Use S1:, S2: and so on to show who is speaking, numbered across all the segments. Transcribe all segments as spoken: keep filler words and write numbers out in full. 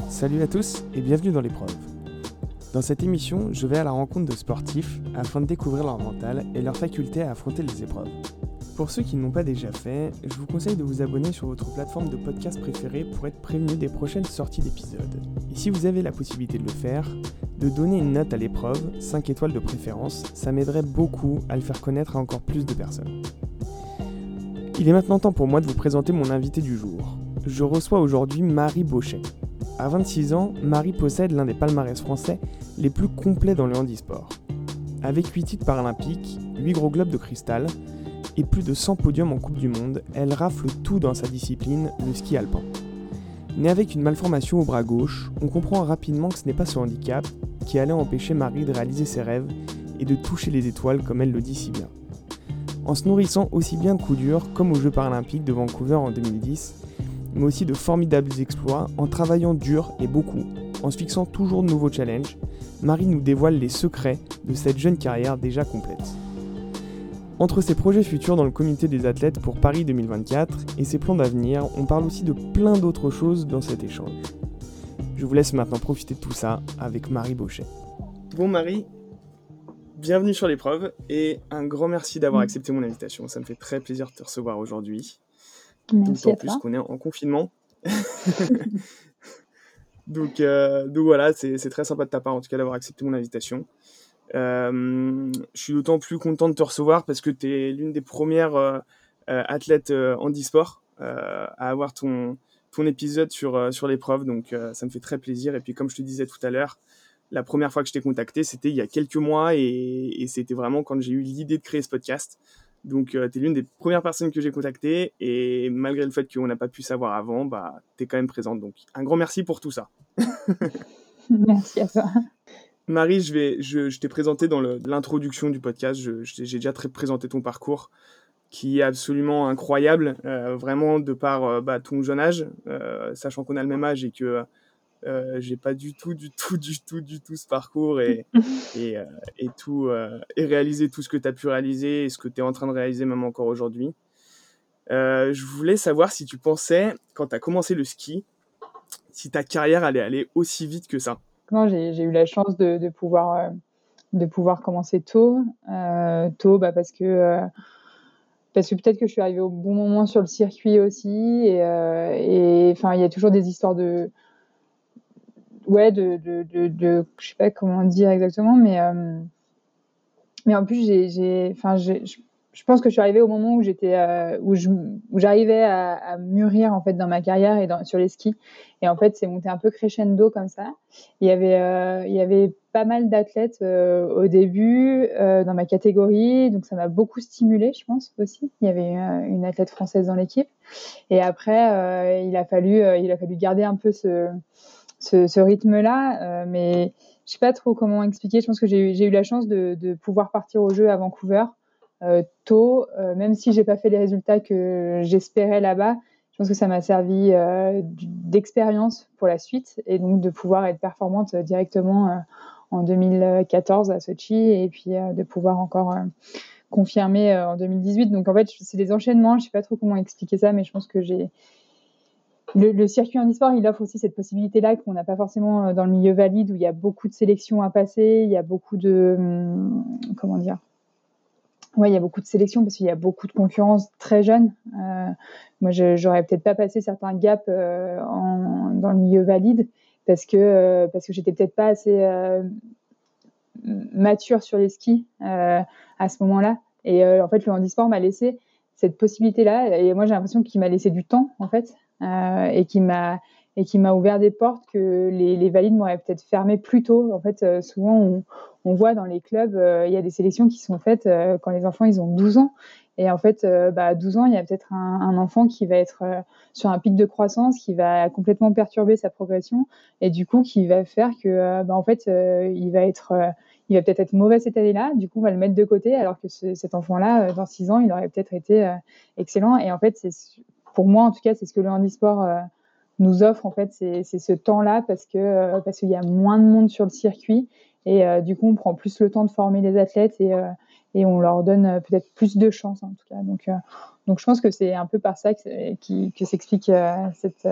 S1: Salut à tous et bienvenue dans l'épreuve. Dans cette émission, je vais à la rencontre de sportifs afin de découvrir leur mental et leur faculté à affronter les épreuves. Pour ceux qui ne l'ont pas déjà fait, je vous conseille de vous abonner sur votre plateforme de podcast préférée pour être prévenu des prochaines sorties d'épisodes. Et si vous avez la possibilité de le faire, de donner une note à l'épreuve, cinq étoiles de préférence, ça m'aiderait beaucoup à le faire connaître à encore plus de personnes. Il est maintenant temps pour moi de vous présenter mon invité du jour. Je reçois aujourd'hui Marie Bochet. À vingt-six ans, Marie possède l'un des palmarès français les plus complets dans le handisport. Avec huit titres paralympiques, huit gros globes de cristal et plus de cent podiums en Coupe du Monde, elle rafle tout dans sa discipline, le ski alpin. Née avec une malformation au bras gauche, on comprend rapidement que ce n'est pas ce handicap qui allait empêcher Marie de réaliser ses rêves et de toucher les étoiles comme elle le dit si bien. En se nourrissant aussi bien de coups durs comme aux Jeux paralympiques de Vancouver en deux mille dix, mais aussi de formidables exploits en travaillant dur et beaucoup, en se fixant toujours de nouveaux challenges, Marie nous dévoile les secrets de cette jeune carrière déjà complète. Entre ses projets futurs dans le comité des athlètes pour Paris deux mille vingt-quatre et ses plans d'avenir, on parle aussi de plein d'autres choses dans cet échange. Je vous laisse maintenant profiter de tout ça avec Marie Bochet. Bon Marie, bienvenue sur l'épreuve et un grand merci d'avoir accepté mon invitation. Ça me fait très plaisir de te recevoir aujourd'hui.
S2: Merci
S1: D'autant
S2: à
S1: plus
S2: toi.
S1: qu'on est en confinement. donc, euh, donc voilà, c'est, c'est très sympa de ta part en tout cas d'avoir accepté mon invitation. Euh, je suis d'autant plus content de te recevoir parce que tu es l'une des premières euh, euh, athlètes euh, handisport euh, à avoir ton, ton épisode sur, euh, sur l'épreuve. Donc euh, ça me fait très plaisir. Et puis comme je te disais tout à l'heure, la première fois que je t'ai contacté, c'était il y a quelques mois et, et c'était vraiment quand j'ai eu l'idée de créer ce podcast. Donc, euh, tu es l'une des premières personnes que j'ai contactées et malgré le fait qu'on n'a pas pu savoir avant, bah, tu es quand même présente. Donc, un grand merci pour tout ça.
S2: Merci à toi.
S1: Marie, je, vais, je, je t'ai présenté dans le, l'introduction du podcast. Je, je, j'ai déjà très présenté ton parcours qui est absolument incroyable, euh, vraiment de par euh, bah, ton jeune âge, euh, sachant qu'on a le même âge et que euh, j'ai pas du tout, du tout, du tout, du tout ce parcours et, et, euh, et, tout, euh, et réaliser tout ce que tu as pu réaliser et ce que tu es en train de réaliser même encore aujourd'hui. Euh, je voulais savoir si tu pensais, quand tu as commencé le ski, si ta carrière allait aller aussi vite que ça.
S2: Moi, j'ai, j'ai eu la chance de, de, pouvoir, euh, de pouvoir commencer tôt. Euh, tôt bah, parce que... Euh, parce que peut-être que je suis arrivée au bon moment sur le circuit aussi. Et euh, et, il y a toujours des histoires de... Ouais, de... de, de, de je sais pas comment dire exactement, mais... Euh, mais en plus, j'ai... j'ai, j'ai je pense que je suis arrivée au moment où j'étais, euh, où, je, où j'arrivais à, à mûrir en fait dans ma carrière et dans, sur les skis. Et en fait, c'est monté un peu crescendo comme ça. Il y avait, euh, il y avait pas mal d'athlètes euh, au début euh, dans ma catégorie, donc ça m'a beaucoup stimulée, je pense aussi. Il y avait une, une athlète française dans l'équipe. Et après, euh, il a fallu, euh, il a fallu garder un peu ce, ce, ce rythme-là, euh, mais je sais pas trop comment expliquer. Je pense que j'ai eu, j'ai eu la chance de, de pouvoir partir aux Jeux à Vancouver. Euh, tôt, euh, même si j'ai pas fait les résultats que j'espérais là-bas, je pense que ça m'a servi euh, d'expérience pour la suite et donc de pouvoir être performante directement euh, en deux mille quatorze à Sochi et puis euh, de pouvoir encore euh, confirmer euh, en deux mille dix-huit. Donc en fait, c'est des enchaînements. Je sais pas trop comment expliquer ça, mais je pense que j'ai le, le circuit handisport, il offre aussi cette possibilité-là qu'on n'a pas forcément dans le milieu valide où il y a beaucoup de sélections à passer, il y a beaucoup de hum, comment dire. Ouais, il y a beaucoup de sélections parce qu'il y a beaucoup de concurrence très jeune. Euh, moi, je, j'aurais peut-être pas passé certains gaps euh, en, dans le milieu valide parce que euh, parce que j'étais peut-être pas assez euh, mature sur les skis euh, à ce moment-là. Et euh, en fait, le handisport m'a laissé cette possibilité-là. Et moi, j'ai l'impression qu'il m'a laissé du temps, en fait, euh, et qui m'a et qui m'a ouvert des portes que les, les valides m'auraient peut-être fermé plus tôt. En fait, euh, souvent, on, on voit dans les clubs, euh, il y a des sélections qui sont faites euh, quand les enfants, ils ont douze ans. Et en fait, euh, bah, à douze ans, il y a peut-être un, un enfant qui va être euh, sur un pic de croissance, qui va complètement perturber sa progression, et du coup, qui va faire que, euh, bah, en fait, euh, il va être... Euh, il va peut-être être mauvais cette année-là, du coup on va le mettre de côté, alors que ce, cet enfant-là, dans six ans, il aurait peut-être été euh, excellent. Et en fait, c'est, pour moi en tout cas, c'est ce que le handisport euh, nous offre, en fait, c'est, c'est ce temps-là, parce, que, euh, parce qu'il y a moins de monde sur le circuit, et euh, du coup on prend plus le temps de former les athlètes, et, euh, et on leur donne euh, peut-être plus de chance en tout cas. Donc, euh, donc je pense que c'est un peu par ça que, qui, que s'explique euh, cette, euh,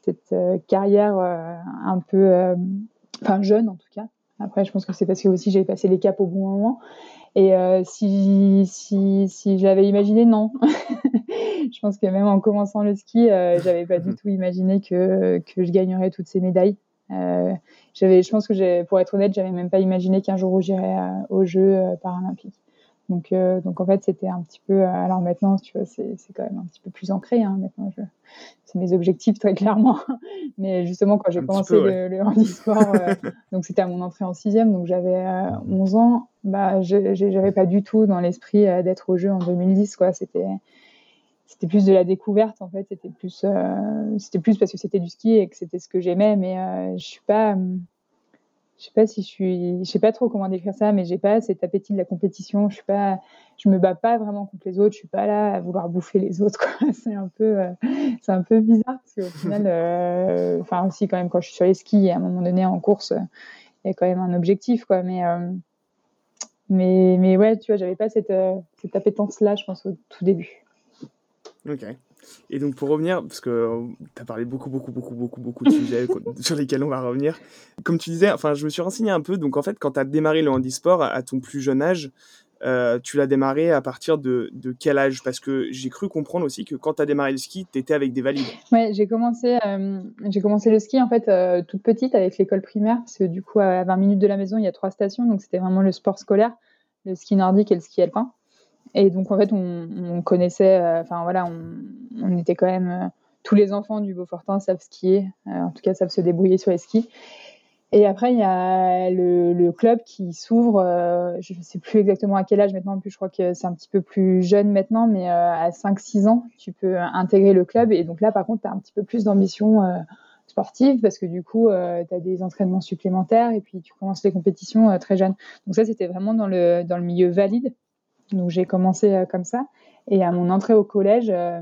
S2: cette euh, carrière euh, un peu, euh, enfin jeune en tout cas. Après, je pense que c'est parce que aussi j'ai passé les caps au bon moment. Et euh, si, si, si je l'avais imaginé, non. Je pense que même en commençant le ski, euh, j'avais pas du tout imaginé que, que je gagnerais toutes ces médailles. Euh, j'avais, je pense que j'ai, pour être honnête, j'avais même pas imaginé qu'un jour j'irais euh, aux Jeux euh, paralympiques. Donc, euh, donc en fait, c'était un petit peu. Euh, alors maintenant, tu vois, c'est, c'est quand même un petit peu plus ancré. Hein, maintenant, je, c'est mes objectifs très clairement. Mais justement, quand j'ai
S1: Un petit
S2: commencé
S1: peu, ouais.
S2: le, le handisport, euh, donc c'était à mon entrée en sixième, donc j'avais euh, onze ans. Bah, je, j'avais pas du tout dans l'esprit euh, d'être aux Jeux en deux mille dix, quoi. C'était c'était plus de la découverte en fait, c'était plus euh, c'était plus parce que c'était du ski et que c'était ce que j'aimais, mais euh, je suis pas euh, je sais pas si je suis je sais pas trop comment décrire ça, mais j'ai pas cet appétit de la compétition, je suis pas je me bats pas vraiment contre les autres, je suis pas là à vouloir bouffer les autres, quoi. C'est un peu euh, c'est un peu bizarre parce qu'au final euh, enfin aussi quand même quand je suis sur les skis à un moment donné en course, il y a quand même un objectif, quoi, mais euh, mais mais ouais, tu vois, j'avais pas cette euh, cette appétence là, je pense, au tout début.
S1: Ok. Et donc pour revenir, parce que tu as parlé beaucoup, beaucoup, beaucoup, beaucoup, beaucoup de sujets sur lesquels on va revenir. Comme tu disais, enfin, je me suis renseigné un peu. Donc en fait, quand tu as démarré le handisport à, à ton plus jeune âge, euh, tu l'as démarré à partir de, de quel âge? Parce que j'ai cru comprendre aussi que quand tu as démarré le ski, tu étais avec des valides.
S2: Ouais, j'ai commencé, euh, j'ai commencé le ski en fait euh, toute petite avec l'école primaire, parce que du coup à vingt minutes de la maison il y a trois stations, donc c'était vraiment le sport scolaire, le ski nordique et le ski alpin. Et donc en fait on, on connaissait, enfin euh, voilà, on, on était quand même euh, tous les enfants du Beaufortin savent skier, euh, en tout cas savent se débrouiller sur les skis. Et après il y a le, le club qui s'ouvre, euh, je ne sais plus exactement à quel âge maintenant, en plus je crois que c'est un petit peu plus jeune maintenant, mais euh, à cinq six ans tu peux intégrer le club, et donc là par contre tu as un petit peu plus d'ambition euh, sportive, parce que du coup euh, tu as des entraînements supplémentaires et puis tu commences les compétitions euh, très jeune. Donc ça c'était vraiment dans le, dans le milieu valide, donc j'ai commencé euh, comme ça. Et à mon entrée au collège, euh,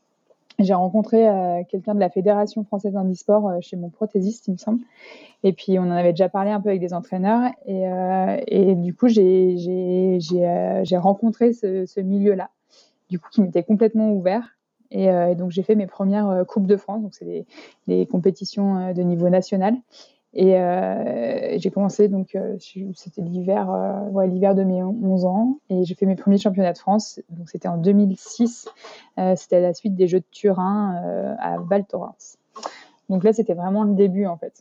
S2: j'ai rencontré euh, quelqu'un de la Fédération française handisport euh, chez mon prothésiste, il me semble. Et puis on en avait déjà parlé un peu avec des entraîneurs. Et, euh, et du coup, j'ai, j'ai, j'ai, euh, j'ai rencontré ce, ce milieu-là, du coup, qui m'était complètement ouvert. Et, euh, et donc j'ai fait mes premières euh, Coupes de France, donc c'est des, des compétitions euh, de niveau national. Et euh, j'ai commencé, donc euh, c'était l'hiver, euh, ouais, l'hiver de mes onze ans, et j'ai fait mes premiers championnats de France, donc c'était en deux mille six, euh, c'était à la suite des Jeux de Turin euh, à Val Thorens. Donc là c'était vraiment le début en fait,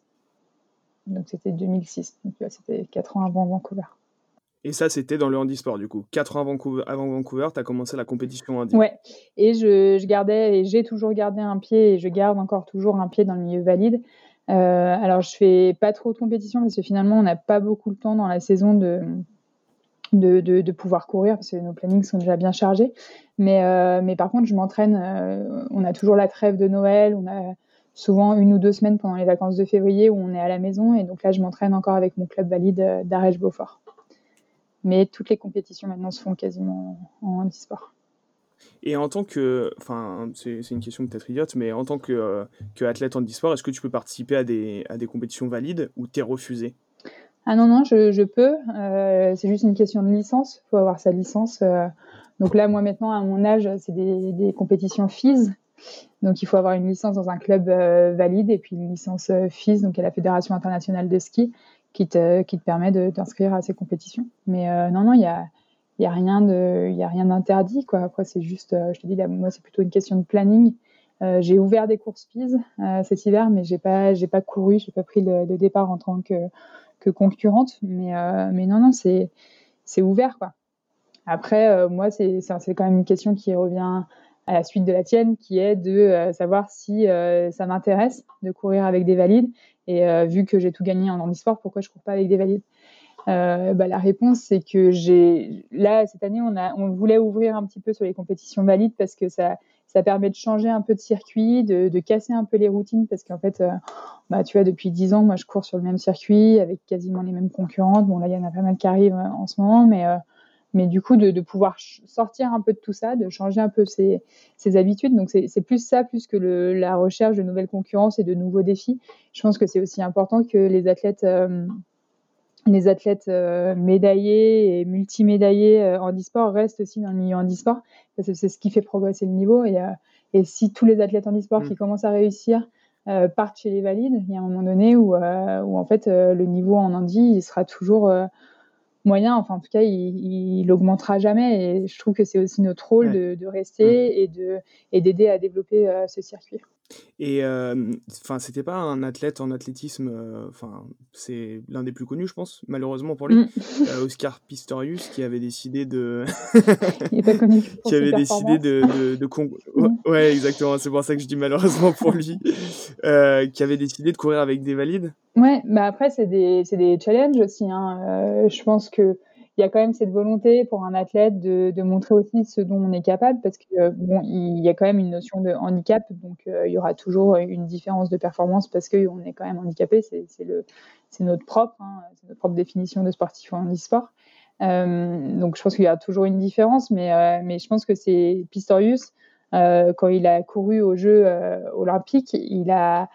S2: donc c'était deux mille six, donc là c'était quatre ans avant Vancouver.
S1: Et ça, c'était dans le handisport, du coup. quatre ans avant Vancouver, avant Vancouver, tu as commencé la compétition handi.
S2: Ouais, et je, je gardais, et j'ai toujours gardé un pied, et je garde encore toujours un pied dans le milieu valide. Euh, alors je fais pas trop de compétition parce que finalement on n'a pas beaucoup le temps dans la saison de, de, de, de pouvoir courir, parce que nos plannings sont déjà bien chargés. Mais, euh, mais par contre, je m'entraîne. Euh, on a toujours la trêve de Noël. On a souvent une ou deux semaines pendant les vacances de février où on est à la maison. Et donc là, je m'entraîne encore avec mon club valide d'Arèche-Beaufort. Mais toutes les compétitions maintenant se font quasiment en handisport.
S1: Et en tant que, enfin, c'est, c'est une question peut-être idiote, mais en tant que, euh, que athlète handisport, est-ce que tu peux participer à des, à des compétitions valides ou t'es refusé?
S2: Ah non, non, je, je peux. Euh, c'est juste une question de licence. Il faut avoir sa licence. Euh, donc là, moi maintenant, à mon âge, c'est des, des compétitions F I S. Donc il faut avoir une licence dans un club euh, valide, et puis une licence euh, F I S, donc à la Fédération internationale de ski, qui te, qui te permet de t'inscrire à ces compétitions. Mais euh, non, non, il y a, y a rien de, y a rien d'interdit, quoi. Après, c'est juste, euh, je te dis, là, moi, c'est plutôt une question de planning. Euh, j'ai ouvert des courses F I S euh, cet hiver, mais j'ai pas, j'ai pas couru, j'ai pas pris le, le départ en tant que, que concurrente. Mais, euh, mais non, non, c'est, c'est ouvert, quoi. Après, euh, moi, c'est, c'est, c'est quand même une question qui revient à la suite de la tienne, qui est de euh, savoir si euh, ça m'intéresse de courir avec des valides. Et euh, vu que j'ai tout gagné en handisport, pourquoi je cours pas avec des valides? euh, bah, La réponse, c'est que j'ai là, cette année, on, a, on voulait ouvrir un petit peu sur les compétitions valides, parce que ça, ça permet de changer un peu de circuit, de, de casser un peu les routines, parce qu'en fait, euh, bah, tu vois, depuis dix ans, moi, je cours sur le même circuit, avec quasiment les mêmes concurrentes. Bon, là, il y en a pas mal qui arrivent euh, en ce moment, mais... Euh, mais du coup, de, de pouvoir sortir un peu de tout ça, de changer un peu ses, ses habitudes. Donc, c'est, c'est plus ça, plus que le, la recherche de nouvelles concurrences et de nouveaux défis. Je pense que c'est aussi important que les athlètes, euh, les athlètes euh, médaillés et multimédaillés euh, handisport restent aussi dans le milieu handisport, parce que c'est ce qui fait progresser le niveau. Et, euh, et si tous les athlètes handisport mmh. qui commencent à réussir euh, partent chez les valides. Il y a un moment donné où, euh, où en fait, euh, le niveau en handi, il sera toujours euh, moyen. Enfin, en tout cas, il, il augmentera jamais. Et je trouve que c'est aussi notre rôle
S1: Ouais.
S2: de, de
S1: Mmh.
S2: rester et, de, et d'aider à développer euh, ce circuit.
S1: Et hem, enfin, c'était pas un athlète en athlétisme, heu, enfin, c'est l'un des plus connus, je pense, malheureusement pour lui,
S2: Mm.
S1: heu, Oscar Pistorius qui avait décidé de
S2: Il n'est pas connu que pour
S1: qui
S2: ses
S1: avait décidé
S2: performances.
S1: de de de con ouais,
S2: Mm.
S1: ouais, exactement, c'est pour ça que je dis malheureusement pour lui, heu, qui avait décidé de courir avec des valides.
S2: Ouais, bah, après c'est des c'est des challenges aussi, hein, heu, je pense qu'il y a quand même cette volonté pour un athlète de de montrer aussi ce dont on est capable parce que, heu, bon, il y a quand même une notion de handicap donc heu, il y aura toujours une différence de performance parce qu'on est quand même handicapé, c'est c'est le c'est notre propre, hein, c'est notre propre définition de sportif en handisport. Hem, donc je pense qu'il y a toujours une différence mais heu, mais je pense que c'est Pistorius, heu, quand il a couru aux Jeux, heu, olympiques, il a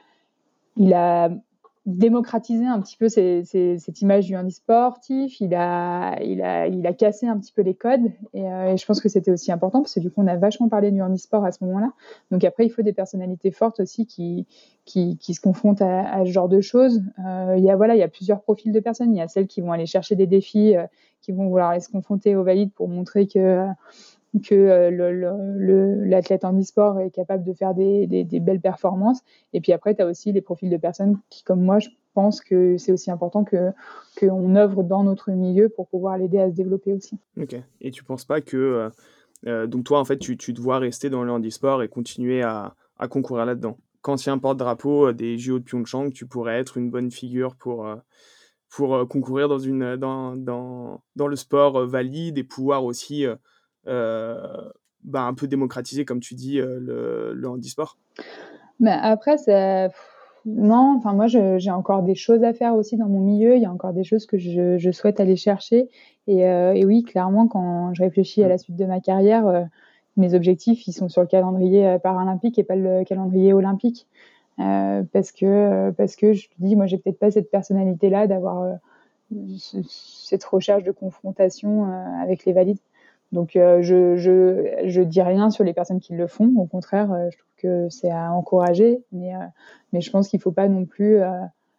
S2: il a démocratisé un petit peu ces, ces, cette image du handisportif, il a, il, a, il a cassé un petit peu les codes et, euh, et je pense que c'était aussi important parce que du coup on a vachement parlé du handisport à ce moment-là. Donc après il faut des personnalités fortes aussi qui, qui, qui se confrontent à, à ce genre de choses. Euh, il y a, voilà, il y a plusieurs profils de personnes, il y a celles qui vont aller chercher des défis, euh, qui vont vouloir aller se confronter aux valides pour montrer que... Euh, que euh, le, le, le, l'athlète handisport est capable de faire des, des, des belles performances. Et puis après, tu as aussi les profils de personnes qui, comme moi, je pense que c'est aussi important que qu'on œuvre dans notre milieu pour pouvoir l'aider à se développer aussi.
S1: OK. Et tu penses pas que, heu heu, donc toi, en fait, tu tu te vois rester dans le handisport et continuer à à concourir là-dedans? Qu'ancien porte-drapeau, heu, des J O de Pyeongchang, tu pourrais être une bonne figure pour, heu pour, heu, concourir dans une, dans dans dans le sport, heu, valide et pouvoir aussi, heu heu, bah, un peu démocratiser, comme tu dis, heu, le le handisport?
S2: Mais après, ça, non, enfin moi, je, j'ai encore des choses à faire aussi dans mon milieu. Il y a encore des choses que je, je souhaite aller chercher. Et, euh, et oui, clairement, quand je réfléchis à
S1: Mmh.
S2: la suite de ma carrière, euh, mes objectifs, ils sont sur le calendrier euh, paralympique et pas le calendrier olympique. Euh, parce que, parce que je te dis, moi, j'ai peut-être pas cette personnalité-là d'avoir euh, ce- cette recherche de confrontation euh, avec les valides. Donc, euh, je, je, je dis rien sur les personnes qui le font. Au contraire, euh, je trouve que c'est à encourager. Mais, euh, mais je pense qu'il faut pas non plus. euh,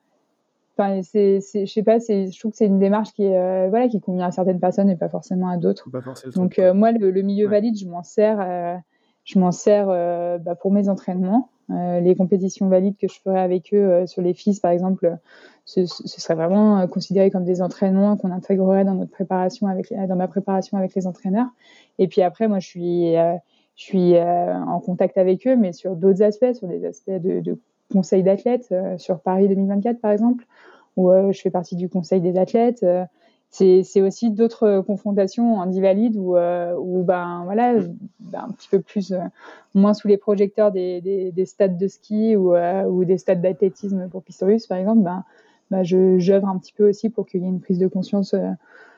S2: Enfin, c'est, c'est, je sais pas. C'est, je trouve que c'est une démarche qui est, euh, voilà, qui convient à certaines personnes et pas forcément à d'autres.
S1: Faut pas forcer le truc,
S2: Donc,
S1: quoi.
S2: euh, moi, le, le milieu
S1: Ouais.
S2: valide, je m'en sers. euh, je m'en sers euh, bah, pour mes entraînements. Euh, les compétitions valides que je ferai avec eux euh, sur les F I S, par exemple, ce, ce serait vraiment euh, considéré comme des entraînements qu'on intégrerait dans notre préparation avec, dans ma préparation avec les entraîneurs. Et puis après, moi, je suis, euh, je suis euh, en contact avec eux, mais sur d'autres aspects, sur des aspects de, de conseil d'athlètes, euh, sur Paris deux mille vingt-quatre, par exemple, où euh, je fais partie du conseil des athlètes. Euh, c'est, c'est aussi d'autres confrontations handi-valides où, euh, où ben, voilà,
S1: Mmh.
S2: ben, un petit peu plus, euh, moins sous les projecteurs des, des, des stades de ski ou, euh, ou des stades d'athlétisme pour Pistorius, par exemple, ben, ben, je, j'œuvre un petit peu aussi pour qu'il y ait une prise de conscience, euh,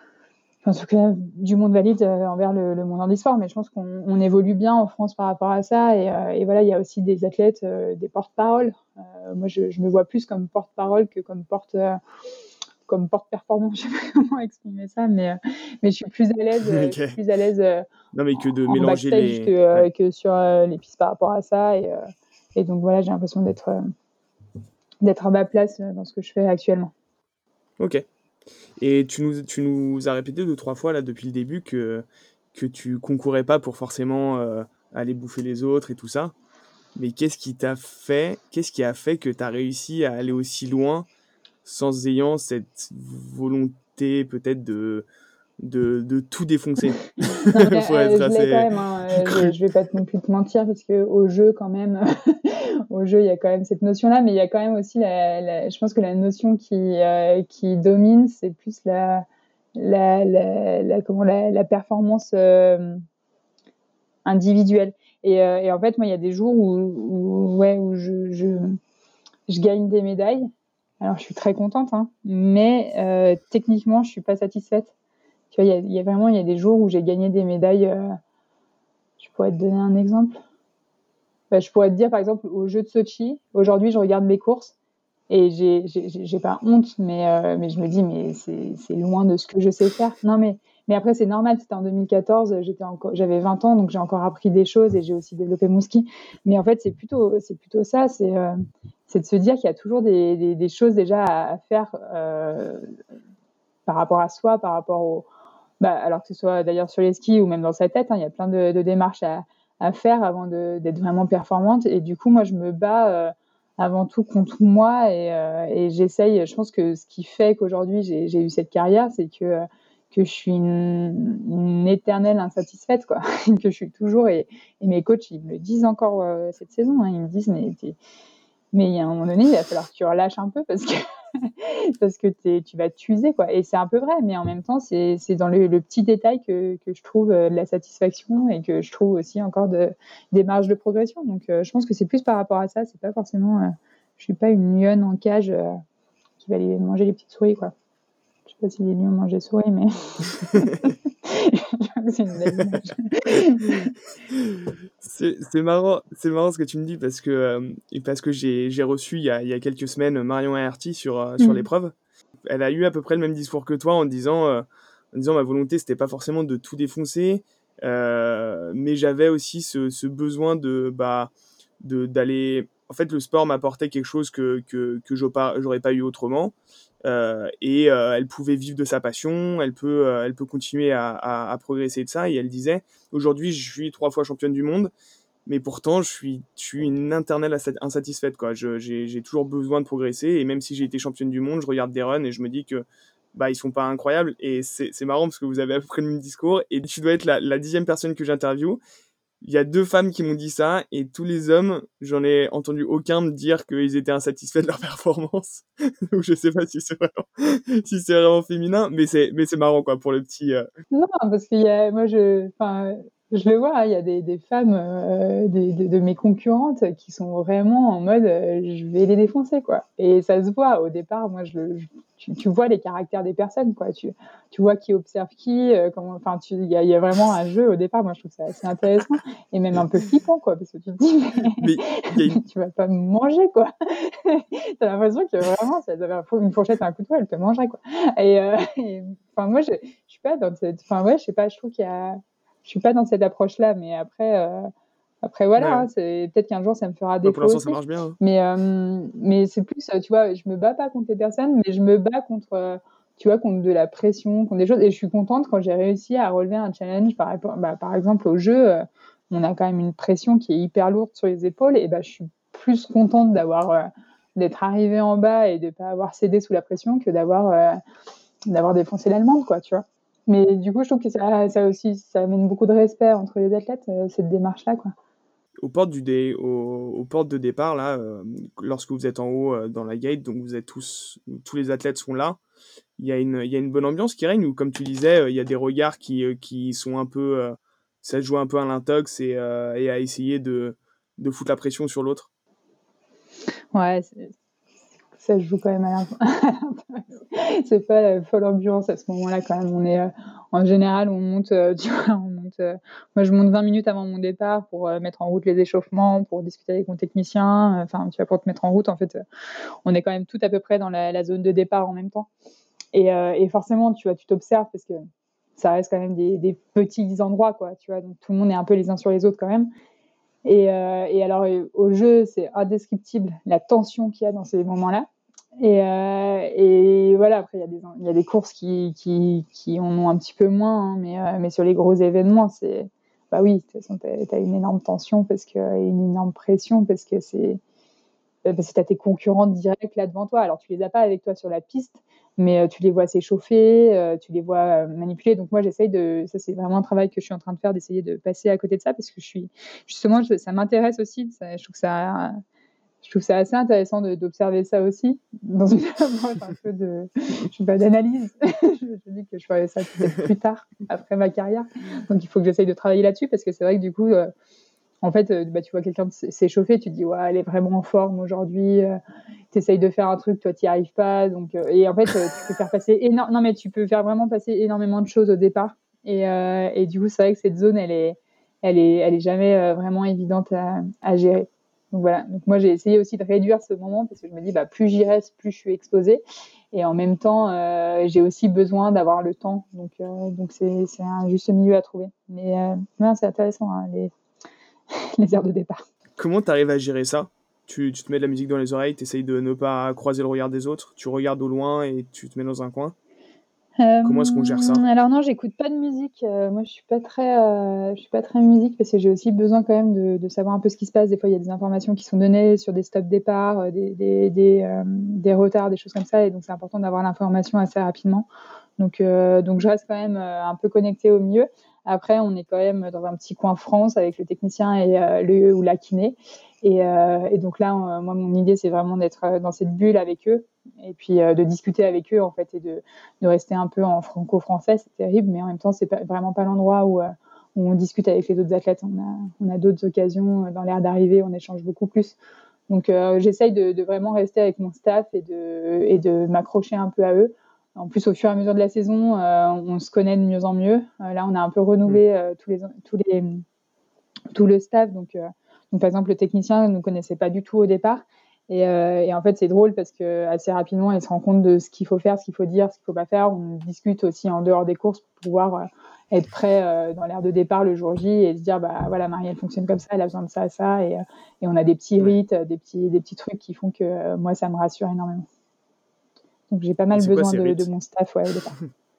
S2: en tout cas, du monde valide euh, envers le, le monde handisport. Mais je pense qu'on on évolue bien en France par rapport à ça. Et, euh, et voilà, il y a aussi des athlètes, euh, des porte-paroles. Euh, moi, je, je me vois plus comme porte-parole que comme porte... Euh, comme porte-performance, je sais pas comment exprimer ça, mais, euh, mais je suis plus à l'aise, euh, je suis
S1: OK.
S2: plus à l'aise euh,
S1: Non, mais que de
S2: en
S1: mélanger
S2: backstage que,
S1: les
S2: euh,
S1: ouais.
S2: que sur euh, les pistes par rapport à ça. Et, euh, et donc voilà, j'ai l'impression d'être, euh, d'être à ma place euh, dans ce que je fais actuellement.
S1: OK. Et tu nous tu nous as répété deux trois fois là depuis le début que que tu concourais pas pour forcément, heu, aller bouffer les autres et tout ça. Mais qu'est-ce qui t'a fait qu'est-ce qui a fait que tu as réussi à aller aussi loin sans ayant cette volonté peut-être de de de tout défoncer?
S2: Non, mais
S1: Faut
S2: euh,
S1: être
S2: je l'ai quand
S1: assez
S2: même, hein, euh, je,
S1: cru.
S2: je vais pas non plus te mentir parce que au jeu quand même, au jeu il y a quand même cette notion-là, mais il y a quand même aussi la, la- je pense que la notion qui euh, qui domine, c'est plus la la, la, la comment la, la performance euh, individuelle. Et, euh, et en fait, moi, il y a des jours où, où ouais où je, je je gagne des médailles. Alors je suis très contente, hein, mais euh, techniquement, je suis pas satisfaite. Tu vois, il y a, il y a vraiment il y a des jours où j'ai gagné des médailles. Euh, je pourrais te donner un exemple. Bah, je pourrais te dire, par exemple, aux Jeux de Sochi, aujourd'hui, je regarde mes courses et j'ai, j'ai, j'ai pas honte, mais, euh, mais je me dis, mais c'est, c'est loin de ce que je sais faire. Non, mais mais après, c'est normal, c'était en deux mille quatorze, j'étais encore, j'avais vingt ans, donc j'ai encore appris des choses et j'ai aussi développé mon ski. Mais en fait, c'est plutôt, c'est plutôt ça, c'est, euh, c'est de se dire qu'il y a toujours des, des, des choses déjà à, à faire euh, par rapport à soi, par rapport au, bah, alors que ce soit d'ailleurs sur les skis ou même dans sa tête, hein, il y a plein de, de démarches à, à faire avant de, d'être vraiment performante. Et du coup, moi, je me bats euh, avant tout contre moi et, euh, et j'essaye. Je pense que ce qui fait qu'aujourd'hui j'ai, j'ai eu cette carrière, c'est que que je suis une, une éternelle insatisfaite, quoi. Que je suis toujours et, et mes coachs ils me le disent encore euh, cette saison. Hein, ils me disent mais t'es, mais il y a un moment donné, il va falloir que tu relâches un peu parce que parce que t'es, tu vas t'user, quoi. Et c'est un peu vrai, mais en même temps, c'est, c'est dans le, le petit détail que, que je trouve euh, de la satisfaction et que je trouve aussi encore de, des marges de progression. Donc, euh, je pense que c'est plus par rapport à ça. C'est pas forcément, euh, je suis pas une lionne en cage euh, qui va aller manger les petites souris, quoi. Je sais pas si les lions mangent des souris, mais c'est une belle image.
S1: C'est, c'est marrant, c'est marrant ce que tu me dis parce que, euh, et parce que j'ai, j'ai reçu il y a, il y a quelques semaines Marion Aerty sur, euh, sur
S2: Mm.
S1: l'épreuve. Elle a eu à peu près le même discours que toi en disant, euh, en disant ma volonté c'était pas forcément de tout défoncer, euh, mais j'avais aussi ce, ce besoin de, bah, de, d'aller. En fait, le sport m'apportait quelque chose que, que, que j'aurais pas, j'aurais pas eu autrement. Euh, et euh, elle pouvait vivre de sa passion, elle peut, euh, elle peut continuer à, à, à progresser de ça. Et elle disait, aujourd'hui, je suis trois fois championne du monde, mais pourtant, je suis, je suis une éternelle insatisfaite, quoi. Je, j'ai, j'ai toujours besoin de progresser, et même si j'ai été championne du monde, je regarde des runs et je me dis que bah ils sont pas incroyables. Et c'est, c'est marrant parce que vous avez à peu près le même discours, et tu dois être la, la dixième personne que j'interviewe. Il y a deux femmes qui m'ont dit ça, et tous les hommes, j'en ai entendu aucun me dire qu'ils étaient insatisfaits de leur performance. Donc je sais pas si c'est vraiment, si c'est vraiment féminin, mais c'est, mais c'est marrant, quoi, pour le petit. Euh...
S2: Non, parce qu'il y a, moi, je, enfin, je le vois, hein, il y a des, des femmes, euh, des, de, de mes concurrentes qui sont vraiment en mode, euh, je vais les défoncer, quoi. Et ça se voit au départ. Moi, je, je tu, tu vois les caractères des personnes, quoi. Tu, tu vois qui observe qui, euh, comment, enfin, tu, il y a, il y a vraiment un jeu au départ. Moi, je trouve ça assez intéressant et même un peu flippant, quoi, parce que tu te dis, mais,
S1: mais il y a une...
S2: tu vas pas me manger, quoi. T'as l'impression que vraiment, si elle avait une fourchette et un couteau, elle te mangerait, quoi. Et, euh, et enfin, moi, je, je suis pas dans cette, enfin, ouais, je sais pas, je trouve qu'il y a, je suis pas dans cette approche-là, mais après, euh, après, voilà,
S1: ouais,
S2: hein, c'est, peut-être qu'un jour, ça me fera
S1: bah, pour
S2: défaut
S1: l'instant
S2: aussi.
S1: ça marche bien, hein.
S2: Mais, euh, mais c'est plus, tu vois, je me bats pas contre les personnes, mais je me bats contre, euh, tu vois, contre de la pression, contre des choses. Et je suis contente quand j'ai réussi à relever un challenge, par, bah, par exemple, au jeu, euh, on a quand même une pression qui est hyper lourde sur les épaules, et bah, je suis plus contente d'avoir, euh, d'être arrivée en bas et de pas avoir cédé sous la pression que d'avoir, euh, d'avoir défoncé l'allemande, quoi, tu vois. Mais du coup, je trouve que ça, ça aussi, ça amène beaucoup de respect entre les athlètes, euh, cette démarche-là, quoi.
S1: Aux portes, du dé, aux, aux portes de départ, là, euh, lorsque vous êtes en haut euh, dans la gate, donc vous êtes tous, tous les athlètes sont là, il y a une, il y a une bonne ambiance qui règne, ou comme tu disais, euh, il y a des regards qui, euh, qui sont un peu, euh, ça se joue un peu à l'intox et, euh, et à essayer de, de foutre la pression sur l'autre.
S2: Ouais, c'est, ça se joue quand même à l'intox. C'est pas la folle ambiance à ce moment-là, quand même. On est, euh, en général, on monte, euh, tu vois, on monte, euh, moi, je monte vingt minutes avant mon départ pour euh, mettre en route les échauffements, pour discuter avec mon technicien, enfin, tu vois, pour te mettre en route, en fait, euh, on est quand même tout à peu près dans la, la zone de départ en même temps. Et, euh, et forcément, tu vois, tu t'observes parce que ça reste quand même des, des petits endroits, quoi, tu vois, donc tout le monde est un peu les uns sur les autres quand même. Et, euh, et alors, au jeu, c'est indescriptible la tension qu'il y a dans ces moments-là. Et, euh, et voilà, après, il y a des, il y a des courses qui, qui, qui en ont un petit peu moins, hein, mais, euh, mais sur les gros événements, c'est, bah oui, de toute façon, t'as, t'as une énorme tension parce que, et une énorme pression parce que c'est, parce que t'as tes concurrents directs là devant toi. Alors, tu les as pas avec toi sur la piste, mais euh, tu les vois s'échauffer, euh, tu les vois euh, manipuler. Donc moi, j'essaye de, ça c'est vraiment un travail que je suis en train de faire, d'essayer de passer à côté de ça parce que je suis, justement, je, ça m'intéresse aussi. Ça, je trouve que ça, je trouve ça assez intéressant de, d'observer ça aussi dans une approche un peu de, je sais pas, d'analyse. je, je dis que je ferai ça peut-être plus tard après ma carrière. Donc il faut que j'essaye de travailler là-dessus parce que c'est vrai que du coup. Euh, en fait, euh, bah, tu vois quelqu'un s'échauffer, tu te dis, ouais, elle est vraiment en forme aujourd'hui, euh, tu essayes de faire un truc, toi, tu n'y arrives pas. Donc, euh, et en fait, euh, tu peux faire passer énorme, non, mais tu peux faire vraiment passer énormément de choses au départ. Et, euh, et du coup, c'est vrai que cette zone, elle est, elle est, elle est jamais euh, vraiment évidente à, à gérer. Donc voilà. Donc moi, j'ai essayé aussi de réduire ce moment parce que je me dis, bah, plus j'y reste, plus je suis exposée. Et en même temps, euh, j'ai aussi besoin d'avoir le temps. Donc, euh, donc c'est, c'est un juste milieu à trouver. Mais euh, non, c'est intéressant, hein, les, les heures de départ.
S1: Comment tu arrives à gérer ça? Tu, tu te mets de la musique dans les oreilles, tu essayes de ne pas croiser le regard des autres, tu regardes au loin et tu te mets dans un coin. Comment est-ce qu'on gère ça?
S2: Euh, alors non, j'écoute pas de musique. Euh, moi, je suis pas très, euh, je suis pas très musique parce que j'ai aussi besoin quand même de, de savoir un peu ce qui se passe. Des fois, il y a des informations qui sont données sur des stops départ, euh, des, des, des, euh, des retards, des choses comme ça, et donc c'est important d'avoir l'information assez rapidement. Donc, euh, donc je reste quand même euh, un peu connectée au milieu. Après, on est quand même dans un petit coin France avec le technicien et euh, le ou la kiné. Et, euh, et donc là, euh, moi, mon idée, c'est vraiment d'être dans cette bulle avec eux et puis euh, de discuter avec eux en fait et de, de rester un peu en franco-français. C'est terrible, mais en même temps, c'est pas, vraiment pas l'endroit où, euh, où on discute avec les autres athlètes. On a, on a d'autres occasions dans l'air d'arrivée, on échange beaucoup plus. Donc, euh, j'essaye de, de vraiment rester avec mon staff et de, et de m'accrocher un peu à eux. En plus, au fur et à mesure de la saison, euh, on se connaît de mieux en mieux. Euh, là, on a un peu renouvelé euh, tous les, tous les, tout le staff. Donc, euh, donc, par exemple, le technicien ne nous connaissait pas du tout au départ. Et, euh, et en fait, c'est drôle parce que assez rapidement, il se rend compte de ce qu'il faut faire, ce qu'il faut dire, ce qu'il faut pas faire. On discute aussi en dehors des courses pour pouvoir euh, être prêt euh, dans l'aire de départ le jour J et se dire, bah voilà, Marie, elle fonctionne comme ça, elle a besoin de ça, ça. Et, euh, et on a des petits rites, des petits, des petits trucs qui font que euh, moi, ça me rassure énormément. Donc, j'ai pas mal
S1: C'est quoi
S2: besoin
S1: ces
S2: de,
S1: rites?
S2: de mon staff ouais, au départ.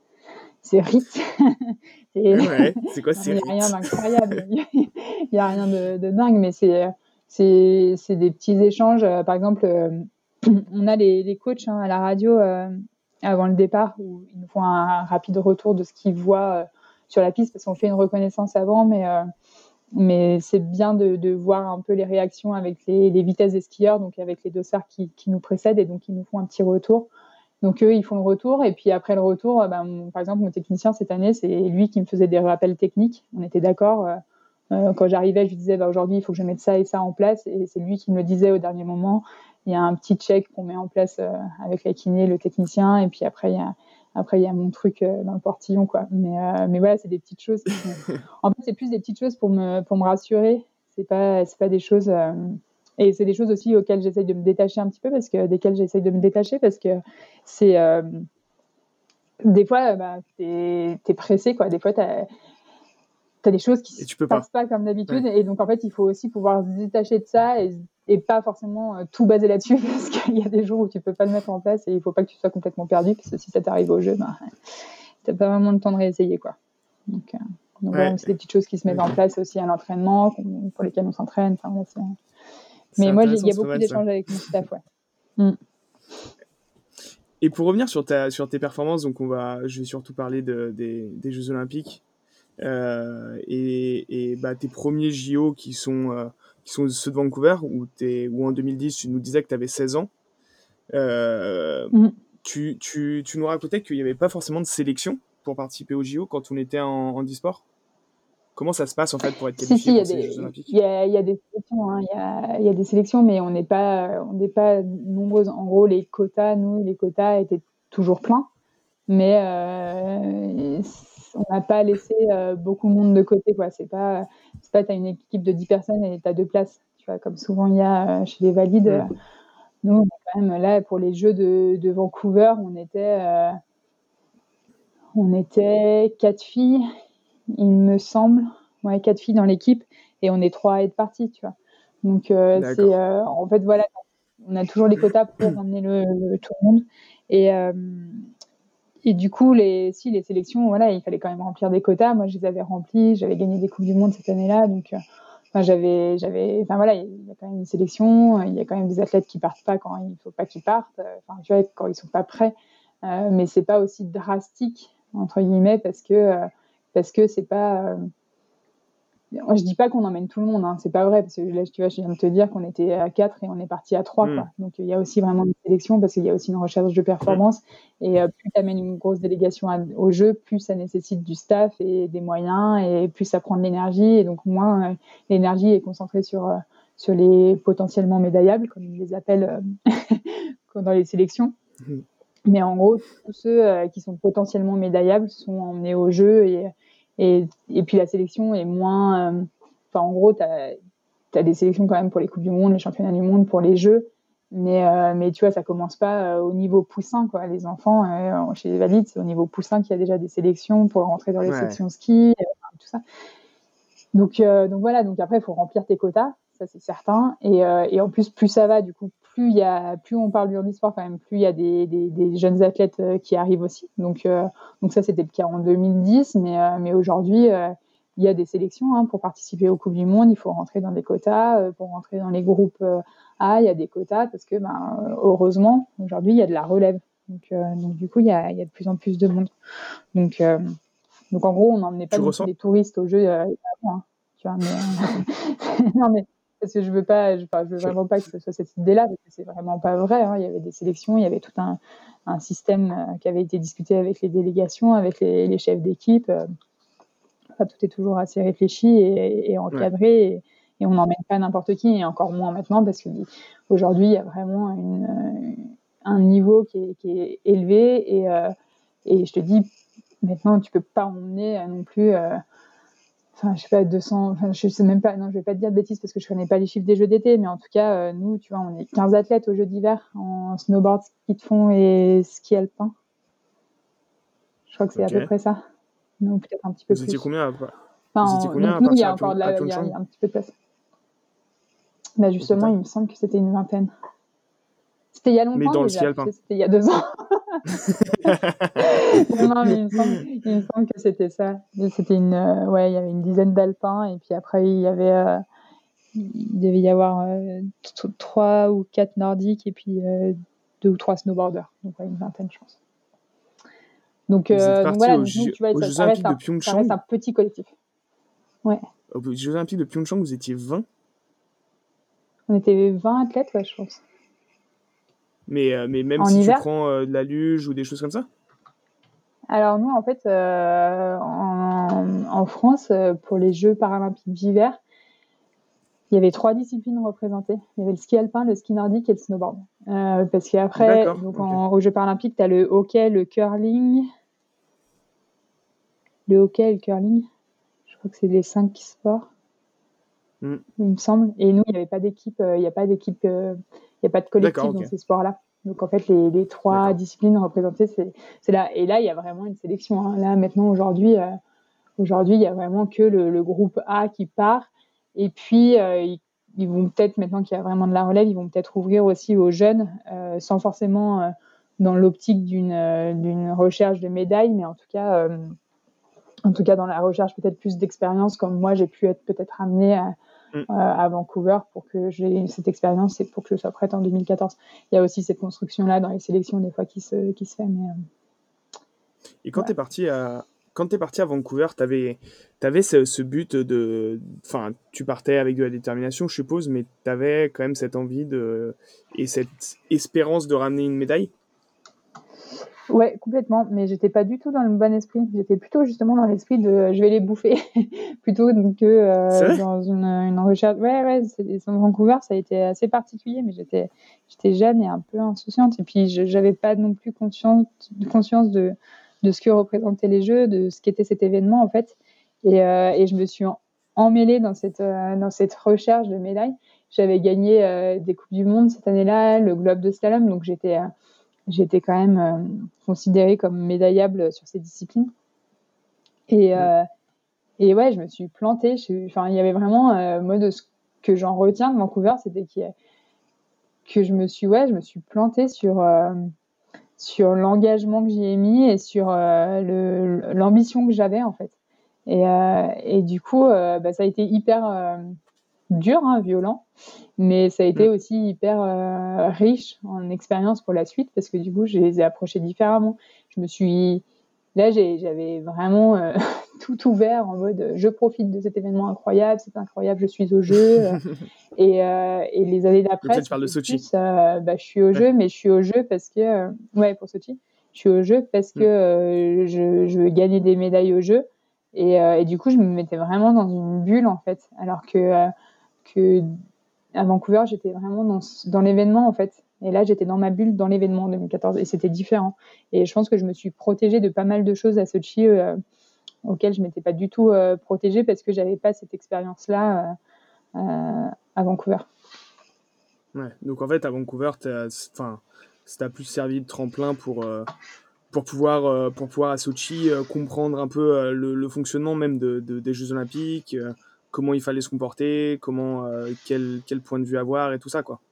S2: C'est rites.
S1: c'est... Ouais, c'est quoi ces
S2: rites? Il n'y a rien d'incroyable. Il n'y a rien de, de dingue, mais c'est, c'est, c'est des petits échanges. Par exemple, euh, on a les, les coachs hein, à la radio euh, avant le départ où ils nous font un, un rapide retour de ce qu'ils voient euh, sur la piste parce qu'on fait une reconnaissance avant, mais, euh, mais c'est bien de, de voir un peu les réactions avec les, les vitesses des skieurs, donc avec les dossards qui, qui nous précèdent et donc ils nous font un petit retour. Donc eux, ils font le retour et puis après le retour, ben, mon, par exemple, mon technicien cette année, c'est lui qui me faisait des rappels techniques. On était d'accord. Euh, euh, quand j'arrivais, je lui disais bah, aujourd'hui, il faut que je mette ça et ça en place et c'est lui qui me le disait au dernier moment. Il y a un petit check qu'on met en place euh, avec la kiné, le technicien et puis après il y a après il y a mon truc euh, dans le portillon quoi. Mais euh, mais voilà, c'est des petites choses. Qui sont... En fait, c'est plus des petites choses pour me pour me rassurer. C'est pas c'est pas des choses. Euh... Et c'est des choses aussi auxquelles j'essaye de me détacher un petit peu, parce que desquelles j'essaye de me détacher, parce que c'est euh, des fois, bah, t'es, t'es pressé, quoi. Des fois, t'as, t'as des choses qui
S1: Et
S2: se
S1: tu peux
S2: passent
S1: pas.
S2: pas comme d'habitude,
S1: Ouais.
S2: et donc en fait, il faut aussi pouvoir se détacher de ça et, et pas forcément euh, tout baser là-dessus, parce qu'il y a des jours où tu peux pas le mettre en place et il faut pas que tu sois complètement perdu, parce que si ça t'arrive au jeu, bah, t'as pas vraiment le temps de réessayer, quoi. Donc, euh, donc
S1: Ouais.
S2: voilà, c'est des petites choses qui se mettent
S1: Okay.
S2: en place aussi à l'entraînement, pour lesquelles on s'entraîne. Enfin, voilà, c'est...
S1: C'est
S2: Mais moi, il y a
S1: c'est
S2: beaucoup d'échanges ça. Avec mon staff, ouais.
S1: Mm. Et pour revenir sur, ta, sur tes performances, donc on va, je vais surtout parler de, des, des Jeux Olympiques euh, et, et bah, tes premiers J O qui sont, euh, qui sont ceux de Vancouver, où, t'es, où en deux mille dix, tu nous disais que tu avais seize ans. Euh, mm. tu, tu, tu nous racontais qu'il n'y avait pas forcément de sélection pour participer aux J O quand on était en, en e-sport. Comment ça se passe en fait pour être qualifié
S2: si, si,
S1: pour ces
S2: des,
S1: Jeux Olympiques?
S2: Il y a, y a des sélections, hein, y a, y a des sélections, mais on n'est pas, on n'est pas nombreuses. En gros, les quotas, nous, les quotas étaient toujours pleins, mais euh, on n'a pas laissé euh, beaucoup de monde de côté, quoi. C'est pas, c'est pas, t'as une équipe de dix personnes et t'as deux places, tu vois, comme souvent il y a chez les valides. Mm. Nous, on est quand même là pour les Jeux de, de Vancouver, on était, euh, on était quatre filles, il me semble. Ouais, quatre filles dans l'équipe et on est trois à être partis, tu vois. Donc euh, c'est euh, en fait voilà, on a toujours les quotas pour emmener le, le tout le monde et euh, et du coup les si les sélections voilà, il fallait quand même remplir des quotas. Moi je les avais remplis, j'avais gagné des coupes du monde cette année-là, donc euh, enfin j'avais j'avais enfin voilà, il y a quand même une sélection, il y a quand même des athlètes qui partent pas quand il faut pas qu'ils partent, enfin tu vois quand ils sont pas prêts, euh, mais c'est pas aussi drastique entre guillemets parce que euh, parce que c'est pas euh, je dis pas qu'on emmène tout le monde, hein, c'est pas vrai, parce que là, tu vois, je viens de te dire qu'on était à quatre et on est parti à trois, mmh. quoi. Donc, il y a aussi vraiment une sélection parce qu'il y a aussi une recherche de performance. Mmh. Et euh, plus tu amènes une grosse délégation à, au jeu, plus ça nécessite du staff et des moyens, et plus ça prend de l'énergie. Et donc, moins euh, l'énergie est concentrée sur, euh, sur les potentiellement médaillables, comme ils les appellent euh, dans les sélections. Mmh. Mais en gros, tous ceux euh, qui sont potentiellement médaillables sont emmenés au jeu et Et, et puis la sélection est moins... Enfin, euh, en gros, tu as des sélections quand même pour les Coupes du Monde, les Championnats du Monde, pour les Jeux. Mais, euh, mais tu vois, ça commence pas euh, au niveau poussin, quoi. Les enfants, euh, chez les valides, c'est au niveau poussin qu'il y a déjà des sélections pour rentrer dans les
S1: Ouais.
S2: sections ski, euh, tout ça. Donc, euh, donc voilà, donc après, il faut remplir tes quotas, ça c'est certain. Et, euh, et en plus, plus ça va, du coup, plus, y a, plus on parle du handisport, quand même, plus il y a des, des, des jeunes athlètes euh, qui arrivent aussi. Donc, euh, donc ça, c'était le cas en deux mille dix, mais, euh, mais aujourd'hui, euh, il y a des sélections hein, pour participer aux Coupes du Monde, il faut rentrer dans des quotas, euh, pour rentrer dans les groupes euh, A, il y a des quotas, parce que ben, heureusement, aujourd'hui, il y a de la relève. Donc, euh, donc du coup, il y a, il y a de plus en plus de monde. Donc, euh, donc en gros, on n'emmenait pas
S1: Tu
S2: non
S1: ressens
S2: plus les touristes au jeu euh, avant, hein, tu vois, mais, euh, non, mais parce que je veux pas, je, enfin, je veux
S1: tu-
S2: vraiment pas que ce soit cette idée-là, parce que c'est vraiment pas vrai. Hein. Il y avait des sélections, il y avait tout un, un système euh, qui avait été discuté avec les délégations, avec les, les chefs d'équipe. Euh, enfin, tout est toujours assez réfléchi et, et encadré, ouais. et, et on n'emmène pas n'importe qui, et encore moins maintenant, parce qu'aujourd'hui, il y a vraiment une, un niveau qui est, qui est élevé, et, euh, et je te dis, maintenant, tu peux pas emmener non plus, euh, enfin, je sais pas, deux cents, enfin, je sais même pas, non, je vais pas te dire de bêtises parce que je connais pas les chiffres des Jeux d'été, mais en tout cas, euh, nous, tu vois, on est quinze athlètes aux Jeux d'hiver en snowboard, ski de fond et ski alpin. Je crois que c'est okay. à peu près ça. Non, peut-être un petit peu
S1: Vous
S2: plus.
S1: Étiez combien à...
S2: Enfin,
S1: Vous étiez combien
S2: donc
S1: à
S2: nous, il y
S1: partir
S2: a encore de la, il y, y a un petit peu de place. Bah justement, il me semble que c'était une vingtaine. C'était il y a longtemps.
S1: Mais dans
S2: déjà,
S1: le ski alpin.
S2: C'était il y a deux ans. non, non, mais il me, semble, il me semble que c'était ça. C'était une, euh, ouais, il y avait une dizaine d'alpins, et puis après il y avait, euh, il devait y avoir euh, t- trois ou quatre nordiques, et puis euh, deux ou trois snowboarders. Donc ouais, une vingtaine, je pense. Donc, euh, donc voilà, donc, nous, tu vois, ça, ça, reste un, ça reste un petit collectif. Ouais.
S1: Aux Jeux Olympiques de Pyeongchang, vous étiez vingt?
S2: On était vingt athlètes, ouais, je pense.
S1: Mais, euh, mais même
S2: en
S1: si
S2: hiver,
S1: tu prends euh, de la luge ou des choses comme ça?
S2: Alors nous, en fait, euh, en, en France, pour les Jeux paralympiques d'hiver, il y avait trois disciplines représentées. Il y avait le ski alpin, le ski nordique et le snowboard. Euh, parce qu'après, donc okay. en, aux Jeux paralympiques, tu as le hockey, le curling. Le hockey et le curling. Je crois que c'est les cinq sports, mm. il me semble. Et nous, il n'y avait pas d'équipe, il n'y a pas d'équipe, il n'y a pas de collectif okay. dans ces sports-là. Donc en fait, les, les trois D'accord. disciplines représentées, c'est, c'est là. Et là, il y a vraiment une sélection. Hein. Là, maintenant, aujourd'hui, euh, aujourd'hui, il y a vraiment que le, le groupe A qui part. Et puis, euh, ils, ils vont peut-être, maintenant qu'il y a vraiment de la relève, ils vont peut-être ouvrir aussi aux jeunes, euh, sans forcément euh, dans l'optique d'une, euh, d'une recherche de médailles, mais en tout cas, euh, en tout cas dans la recherche peut-être plus d'expérience, comme moi, j'ai pu être peut-être amenée à, mm. euh, à Vancouver pour que j'ai cette expérience et pour que je sois prête en deux mille quatorze. Il y a aussi cette construction-là dans les sélections, des fois, qui se, qui se fait. Mais, euh,
S1: et quand voilà. tu es partie à... Quand tu es parti à Vancouver, tu avais, t'avais ce, ce but de... Enfin, tu partais avec de la détermination, je suppose, mais tu avais quand même cette envie de, et cette espérance de ramener une médaille?
S2: Ouais, complètement, mais j'étais pas du tout dans le bon esprit. J'étais plutôt justement dans l'esprit de je vais les bouffer, plutôt que euh, dans une, une recherche. Ouais, ouais, c'est, Vancouver, ça a été assez particulier, mais j'étais, j'étais jeune et un peu insouciante. Et puis, je, j'avais pas non plus conscience, conscience de, de ce que représentaient les Jeux, de ce qu'était cet événement, en fait. Et, euh, et je me suis emmêlée dans cette, euh, dans cette recherche de médailles. J'avais gagné euh, des Coupes du Monde cette année-là, le Globe de Slalom, donc j'étais... Euh, J'étais quand même euh, considérée comme médaillable sur ces disciplines. Et, euh, et ouais, je me suis plantée. Enfin, il y avait vraiment, euh, moi, de ce que j'en retiens de Vancouver, c'était qu'il y a, que je me suis, ouais, je me suis plantée sur, euh, sur l'engagement que j'y ai mis et sur euh, le, l'ambition que j'avais, en fait. Et, euh, et du coup, euh, bah, ça a été hyper euh, dur, hein, violent. Mais ça a été aussi hyper euh, riche en expérience pour la suite, parce que du coup, je les ai approchés différemment. Je me suis... Là, j'ai, j'avais vraiment euh, tout ouvert en mode je profite de cet événement incroyable, c'est incroyable, je suis au jeu. et, euh, et les années d'après,
S1: donc là, tu parles de Sochi.
S2: Plus, euh, bah, je suis au ouais. jeu, mais je suis au jeu parce que... Euh, ouais, pour Sochi. Je suis au jeu parce que euh, je, je veux gagner des médailles au jeu. Et, euh, et du coup, je me mettais vraiment dans une bulle, en fait. Alors que... Euh, que à Vancouver, j'étais vraiment dans, dans l'événement, en fait. Et là, j'étais dans ma bulle dans l'événement en deux mille quatorze. Et c'était différent. Et je pense que je me suis protégée de pas mal de choses à Sochi euh, auxquelles je ne m'étais pas du tout euh, protégée parce que je n'avais pas cette expérience-là euh, euh, à Vancouver.
S1: Ouais, donc en fait, à Vancouver, t'as, enfin, ça t'a plus servi de tremplin pour, euh, pour, pouvoir, euh, pour pouvoir à Sochi euh, comprendre un peu euh, le, le fonctionnement même de, de- des Jeux Olympiques, euh, comment il fallait se comporter, comment, euh, quel, quel point de vue avoir et tout ça, quoi.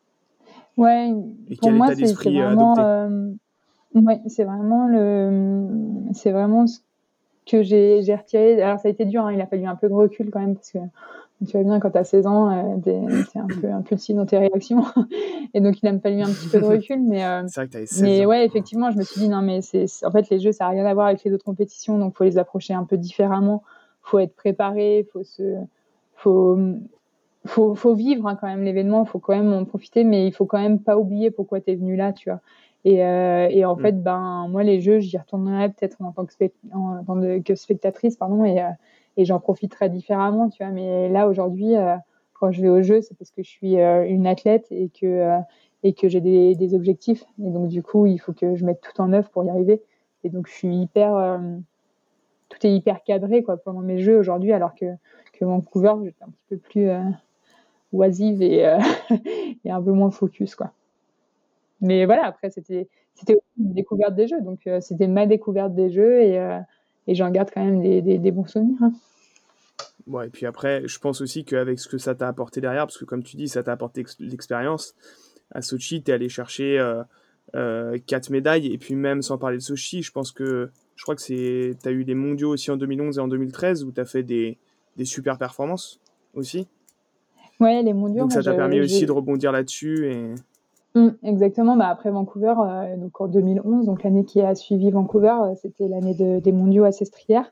S2: Ouais,
S1: Et
S2: pour
S1: quel
S2: moi,
S1: état
S2: c'est c'est
S1: d'esprit euh,
S2: vraiment,
S1: adopter.
S2: euh, ouais, c'est vraiment le, c'est vraiment ce que j'ai j'ai retiré. Alors ça a été dur, hein, il a fallu un peu de recul quand même parce que tu vois bien quand tu as seize ans, euh, t'es, t'es un peu impulsif dans tes réactions. Et donc il a me fallu un petit peu de recul, mais euh,
S1: C'est vrai que t'avais seize
S2: mais
S1: ans.
S2: ouais, effectivement, je me suis dit non mais c'est c'est- en fait les jeux ça a rien à voir avec les autres compétitions, donc faut les approcher un peu différemment. Faut être préparé, faut se faut faut, faut vivre hein, quand même l'événement, faut quand même en profiter, mais il faut quand même pas oublier pourquoi tu es venu là, tu vois. Et, euh, et en
S1: Mm.
S2: fait, ben moi les jeux, j'y retournerai peut-être en tant que, spect- en tant de- que spectatrice, pardon, et, euh, et j'en profiterai différemment, tu vois. Mais là aujourd'hui, euh, quand je vais aux jeux, c'est parce que je suis euh, une athlète et que euh, et que j'ai des, des objectifs. Et donc du coup, il faut que je mette tout en œuvre pour y arriver. Et donc je suis hyper, euh, tout est hyper cadré quoi pendant mes jeux aujourd'hui, alors que que Vancouver, j'étais un petit peu plus euh, oisive et, euh, et un peu moins focus quoi. Mais voilà, après c'était c'était aussi une découverte des jeux, donc euh, c'était ma découverte des jeux et, euh, et j'en garde quand même des, des, des bons souvenirs. Hein.
S1: Ouais, et puis après, je pense aussi qu'avec ce que ça t'a apporté derrière, parce que comme tu dis, ça t'a apporté ex- l'expérience, à Sochi, t'es allé chercher euh, euh, quatre médailles, et puis même sans parler de Sochi, je pense que, je crois que c'est, t'as eu les mondiaux aussi en deux mille onze et en deux mille treize, où t'as fait des, des super performances aussi.
S2: Ouais, les mondiaux,
S1: Donc
S2: moi
S1: ça t'a permis
S2: je,
S1: aussi de
S2: j'ai
S1: rebondir là-dessus, et
S2: Mmh, exactement. Bah, après Vancouver, euh, donc en deux mille onze, donc l'année qui a suivi Vancouver, euh, c'était l'année de- des mondiaux à Sestrières.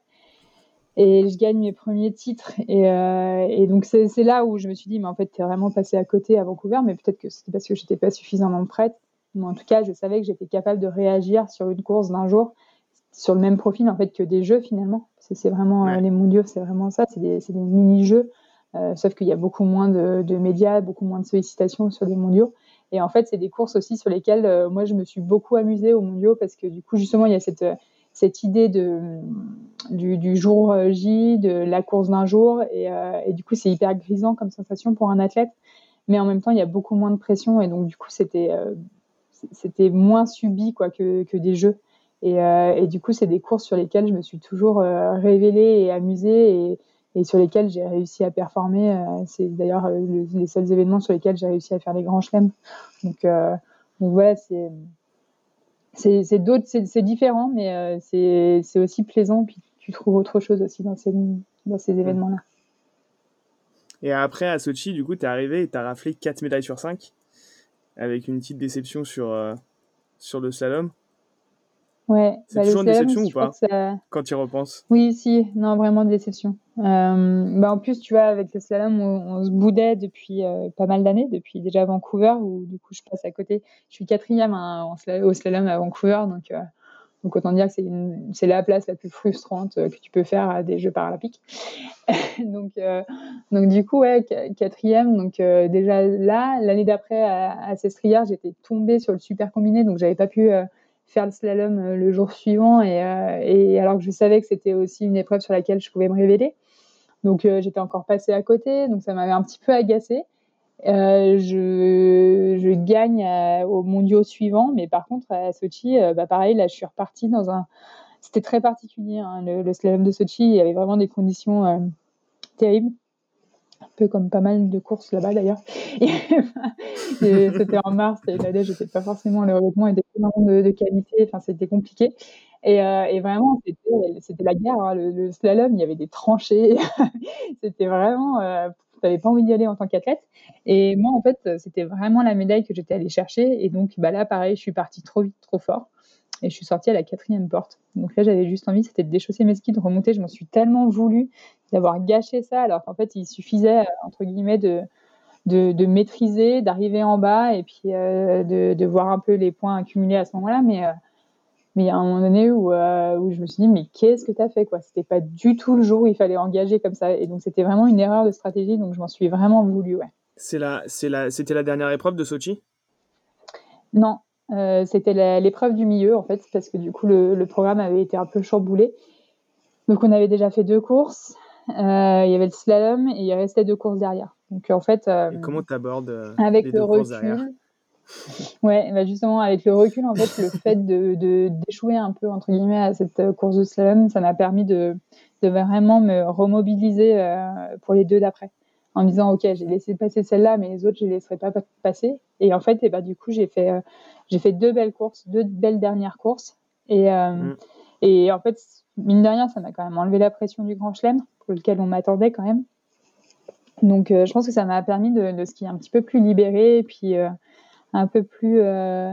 S2: Et je gagne mes premiers titres. Et, euh, et donc, c'est, c'est là où je me suis dit, mais en fait, t'es vraiment passé à côté à Vancouver, mais peut-être que c'était parce que j'étais pas suffisamment prête. Mais en tout cas, je savais que j'étais capable de réagir sur une course d'un jour, sur le même profil, en fait, que des jeux, finalement. Parce que c'est vraiment, euh,
S1: ouais.
S2: les mondiaux, c'est vraiment ça, c'est des, c'est des mini-jeux. Euh, sauf qu'il y a beaucoup moins de, de médias, beaucoup moins de sollicitations sur des mondiaux. Et en fait, c'est des courses aussi sur lesquelles, euh, moi, je me suis beaucoup amusée aux mondiaux parce que du coup, justement, il y a cette, cette idée de, du, du jour J, de la course d'un jour. Et, euh, et du coup, c'est hyper grisant comme sensation pour un athlète. Mais en même temps, il y a beaucoup moins de pression. Et donc, du coup, c'était, euh, c'était moins subi quoi, que, que des jeux. Et, euh, et du coup, c'est des courses sur lesquelles je me suis toujours euh, révélée et amusée et, et sur lesquelles j'ai réussi à performer. Euh, c'est d'ailleurs euh, le, les seuls événements sur lesquels j'ai réussi à faire les grands chelems. Donc, euh, donc voilà, c'est c'est, c'est d'autres, c'est, c'est différent, mais euh, c'est, c'est aussi plaisant. Puis tu trouves autre chose aussi dans ces, dans ces
S1: Mm.
S2: événements-là.
S1: Et après, à Sochi, du coup, t'es arrivé et t'as raflé quatre médailles sur cinq, avec une petite déception sur, euh, sur le slalom.
S2: Ouais,
S1: C'est
S2: bah, le
S1: toujours une
S2: slalom,
S1: déception
S2: je
S1: ou
S2: crois
S1: pas,
S2: que ça.
S1: quand tu y repenses?
S2: Oui, si, non, vraiment de déception. Euh, bah, en plus, tu vois, avec le slalom, on, on se boudait depuis euh, pas mal d'années, depuis déjà Vancouver, où du coup, je passe à côté. Je suis quatrième hein, en sla- au slalom à Vancouver, donc, euh, donc autant dire que c'est, une, c'est la place la plus frustrante euh, que tu peux faire à des Jeux paralympiques. donc, euh, donc du coup, ouais, qu- quatrième. Donc euh, déjà là, l'année d'après à, à Sestrières, j'étais tombée sur le super combiné, donc j'avais pas pu euh, faire le slalom euh, le jour suivant, et, euh, et alors que je savais que c'était aussi une épreuve sur laquelle je pouvais me révéler. Donc euh, j'étais encore passée à côté, donc ça m'avait un petit peu agacée. Euh, je, je gagne euh, aux mondiaux suivants, mais par contre à Sochi, euh, bah pareil, là je suis repartie dans un. C'était très particulier, hein, le, le slalom de Sochi, il y avait vraiment des conditions euh, terribles, un peu comme pas mal de courses là-bas d'ailleurs. Et, et c'était en mars, et la neige n'était pas forcément, le revêtement était pas vraiment de, de qualité, enfin c'était compliqué. Et, euh, et vraiment, c'était, c'était la guerre, hein, le, le slalom, il y avait des tranchées, c'était vraiment, euh, tu n'avais pas envie d'y aller en tant qu'athlète. Et moi, en fait, c'était vraiment la médaille que j'étais allée chercher. Et donc bah là, pareil, je suis partie trop vite, trop fort. Et je suis sortie à la quatrième porte. Donc là, j'avais juste envie, c'était de déchausser mes skis, de remonter. Je m'en suis tellement voulu d'avoir gâché ça, alors qu'en fait, il suffisait, entre guillemets, de, de, de maîtriser, d'arriver en bas et puis euh, de, de voir un peu les points accumulés à ce moment-là. Mais euh, mais il y a un moment donné où, euh, où je me suis dit, mais qu'est-ce que tu as fait quoi? C'était pas du tout le jour où il fallait engager comme ça. Et donc, c'était vraiment une erreur de stratégie. Donc, je m'en suis vraiment voulu, ouais.
S1: C'est la, c'est la, c'était la dernière épreuve de Sochi?
S2: Non, euh, c'était la, l'épreuve du milieu, en fait, parce que du coup, le, le programme avait été un peu chamboulé. Donc, on avait déjà fait deux courses. Euh, il y avait le slalom et il restait deux courses derrière. Donc en fait, euh,
S1: Et comment tu abordes euh,
S2: avec
S1: les
S2: le
S1: deux courses derrière?
S2: recul, ouais, bah justement, avec le recul, en fait, le fait de, de d'échouer un peu entre guillemets à cette euh, course de slalom, ça m'a permis de, de vraiment me remobiliser euh, pour les deux d'après, en me disant ok, j'ai laissé passer celle-là, mais les autres, je les laisserai pas pa- passer. Et en fait, et bah du coup, j'ai fait euh, j'ai fait deux belles courses, deux belles dernières courses, et euh,
S1: Mm.
S2: et en fait, mine de rien, ça m'a quand même enlevé la pression du Grand Chelem, pour lequel on m'attendait quand même. Donc, euh, je pense que ça m'a permis de, de skier un petit peu plus libéré, et puis euh, un peu plus euh,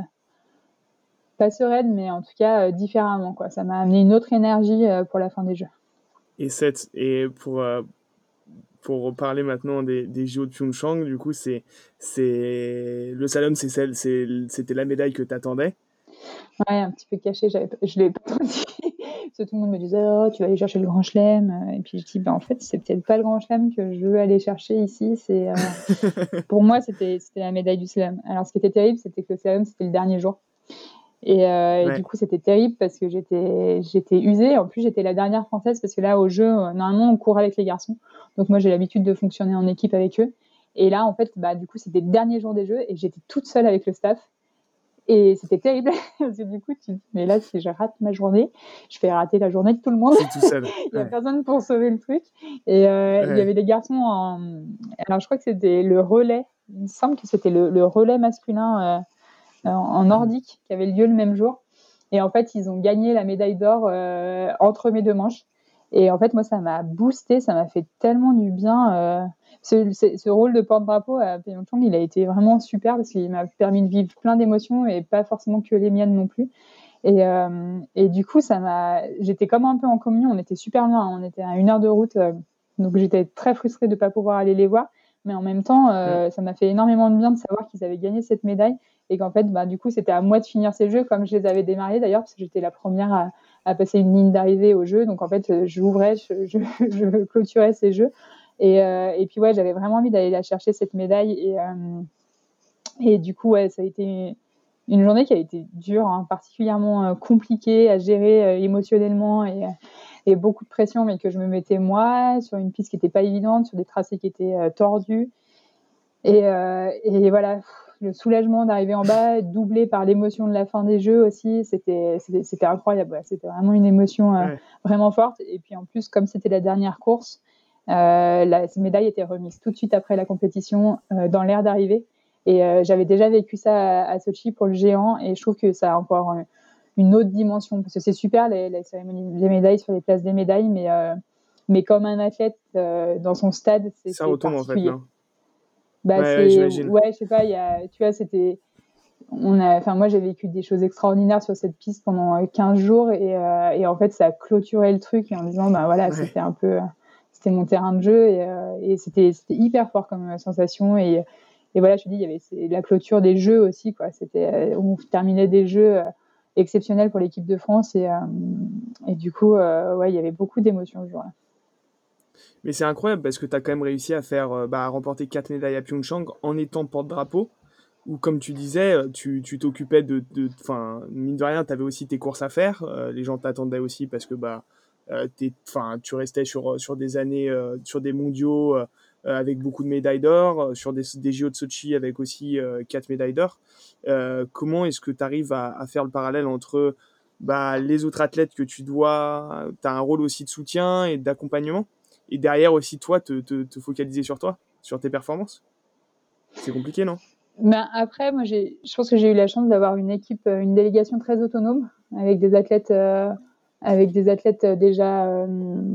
S2: pas sereine, mais en tout cas euh, différemment, quoi. Ça m'a amené une autre énergie euh, pour la fin des Jeux.
S1: Et, cette, et pour, euh, pour parler maintenant des, des J O de Pyeongchang, du coup, c'est, c'est, le slalom, c'est celle, c'est, c'était la médaille que tu attendais.
S2: Ouais, un petit peu caché, j'avais, je l'ai pas trop dit. Parce que tout le monde me disait, oh, tu vas aller chercher le Grand Chelem. Et puis je dis, bah, en fait, c'est peut-être pas le Grand Chelem que je veux aller chercher ici. C'est, euh... Pour moi, c'était, c'était la médaille du slalom. Alors, ce qui était terrible, c'était que le slalom, c'était le dernier jour. Et, euh, et
S1: Ouais.
S2: du coup, c'était terrible parce que j'étais, j'étais usée. En plus, j'étais la dernière française parce que là, au jeu, euh, normalement, on court avec les garçons. Donc, moi, j'ai l'habitude de fonctionner en équipe avec eux. Et là, en fait, bah, du coup, c'était le dernier jour des Jeux et j'étais toute seule avec le staff. Et c'était terrible parce que du coup, tu te dis, mais là, si je rate ma journée, je vais rater la journée de tout le monde.
S1: C'est tout seul.
S2: Il n'y a
S1: Ouais.
S2: personne pour sauver le truc. Et euh,
S1: Ouais.
S2: il y avait des garçons en. Alors, je crois que c'était le relais. Il me semble que c'était le, le relais masculin euh, en nordique qui avait lieu le même jour. Et en fait, ils ont gagné la médaille d'or euh, entre mes deux manches. Et en fait, moi, ça m'a boosté, ça m'a fait tellement du bien. Euh, ce, ce, ce rôle de porte-drapeau à Pyeongchang, il a été vraiment super parce qu'il m'a permis de vivre plein d'émotions et pas forcément que les miennes non plus. Et, euh, et du coup, ça m'a, j'étais comme un peu en communion. On était super loin, on était à une heure de route, euh, donc j'étais très frustrée de ne pas pouvoir aller les voir. Mais en même temps, euh, ça m'a fait énormément de bien de savoir qu'ils avaient gagné cette médaille et qu'en fait, bah, du coup, c'était à moi de finir ces jeux comme je les avais démarrés d'ailleurs, parce que j'étais la première à, à passer une ligne d'arrivée au jeu. Donc en fait, j'ouvrais, je, je, je clôturais ces jeux. Et, euh, et puis ouais, j'avais vraiment envie d'aller la chercher cette médaille. Et, euh, et du coup, ouais, ça a été une journée qui a été dure, hein, particulièrement euh, compliquée à gérer euh, émotionnellement et, et beaucoup de pression, mais que je me mettais moi sur une piste qui n'était pas évidente, sur des tracés qui étaient euh, tordus. Et, euh, et voilà, le soulagement d'arriver en bas, doublé par l'émotion de la fin des Jeux aussi, c'était, c'était, c'était incroyable. Ouais. C'était vraiment une émotion euh,
S1: Ouais.
S2: vraiment forte. Et puis en plus, comme c'était la dernière course, euh, la médaille était remise tout de suite après la compétition euh, dans l'aire d'arrivée. Et euh, j'avais déjà vécu ça à, à Sochi pour le géant, et je trouve que ça a encore euh, une autre dimension, parce que c'est super les, les cérémonies des médailles sur les places des médailles, mais, euh, mais comme un athlète euh, dans son stade, c'est,
S1: Ça
S2: c'est
S1: retombe en fait,
S2: particulier.
S1: non?
S2: Bah
S1: Ouais, ouais,
S2: c'est
S1: j'imagine.
S2: ouais, je sais pas, il y a, tu vois, c'était on a enfin moi j'ai vécu des choses extraordinaires sur cette piste pendant quinze jours, et, euh, et en fait ça a clôturé le truc en disant bah voilà,
S1: Ouais.
S2: c'était un peu c'était mon terrain de jeu, et, euh, et c'était c'était hyper fort comme sensation, et et voilà, je te dis, il y avait c'est, la clôture des Jeux aussi, quoi. C'était on terminait des Jeux euh, exceptionnels pour l'équipe de France, et euh, et du coup euh, ouais, il y avait beaucoup d'émotions ce jour-là.
S1: Mais c'est incroyable parce que tu as quand même réussi à faire, euh, bah, à remporter quatre médailles à Pyeongchang en étant porte-drapeau. Ou comme tu disais, euh, tu, tu t'occupais de, de, enfin, mine de rien, tu avais aussi tes courses à faire. Euh, les gens t'attendaient aussi parce que bah, euh, t'es, enfin, tu restais sur, sur des années, euh, sur des mondiaux euh, avec beaucoup de médailles d'or, euh, sur des, des J O de Sochi avec aussi euh, quatre médailles d'or. Euh, comment est-ce que tu arrives à, à faire le parallèle entre bah, les autres athlètes que tu dois, tu as un rôle aussi de soutien et d'accompagnement, et derrière aussi toi te, te, te focaliser sur toi, sur tes performances? C'est compliqué, non?
S2: Ben après, moi, j'ai, je pense que j'ai eu la chance d'avoir une équipe, une délégation très autonome, avec des athlètes, euh, avec des athlètes déjà, euh,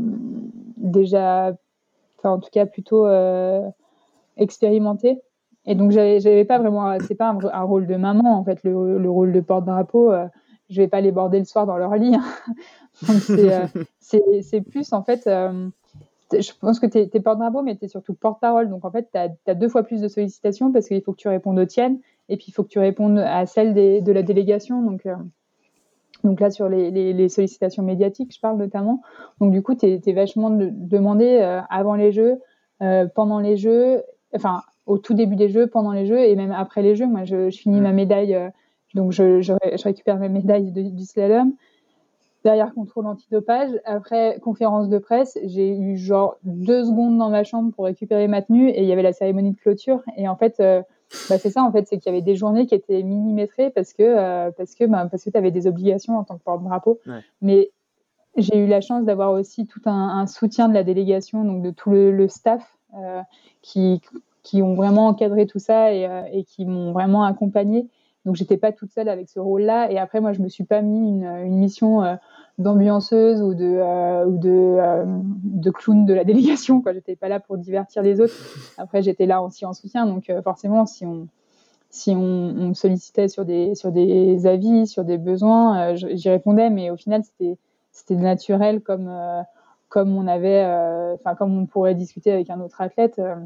S2: déjà, enfin en tout cas plutôt euh, expérimentés. Et donc j'avais, j'avais pas vraiment, c'est pas un, un rôle de maman en fait, le, le rôle de porte-drapeau. Euh, je vais pas les border le soir dans leur lit. Hein. Donc c'est, euh, c'est, c'est plus en fait. Euh, je pense que tu es porte-drapeau, mais tu es surtout porte-parole. Donc, en fait, tu as deux fois plus de sollicitations parce qu'il faut que tu répondes aux tiennes, et puis il faut que tu répondes à celles des, de la délégation. Donc, euh, donc là, sur les, les, les sollicitations médiatiques, je parle notamment. Donc, du coup, tu es vachement de, demandé euh, avant les Jeux, euh, pendant les Jeux, enfin, au tout début des Jeux, pendant les Jeux et même après les Jeux. Moi, je, je finis
S1: Mm.
S2: ma médaille, euh, donc je, je, je récupère ma médaille de, du slalom. derrière contrôle antidopage. Après conférence de presse, j'ai eu genre deux secondes dans ma chambre pour récupérer ma tenue et il y avait la cérémonie de clôture. Et en fait, euh, bah c'est ça en fait, c'est qu'il y avait des journées qui étaient millimétrées parce que euh, parce que bah, parce que tu avais des obligations en tant que porte-drapeau.
S1: Ouais.
S2: Mais j'ai eu la chance d'avoir aussi tout un, un soutien de la délégation, donc de tout le, le staff euh, qui qui ont vraiment encadré tout ça et, euh, et qui m'ont vraiment accompagnée. Donc j'étais pas toute seule avec ce rôle-là. Et après, moi, je me suis pas mis une, une mission euh, d'ambianceuse ou de euh, ou de euh, de clown de la délégation, quoi. J'étais pas là pour divertir les autres. Après, j'étais là aussi en soutien. Donc euh, forcément, si on si on, on me sollicitait sur des sur des avis, sur des besoins, euh, j'y répondais. Mais au final, c'était c'était naturel, comme euh, comme on avait, enfin euh, comme on pourrait discuter avec un autre athlète. Euh,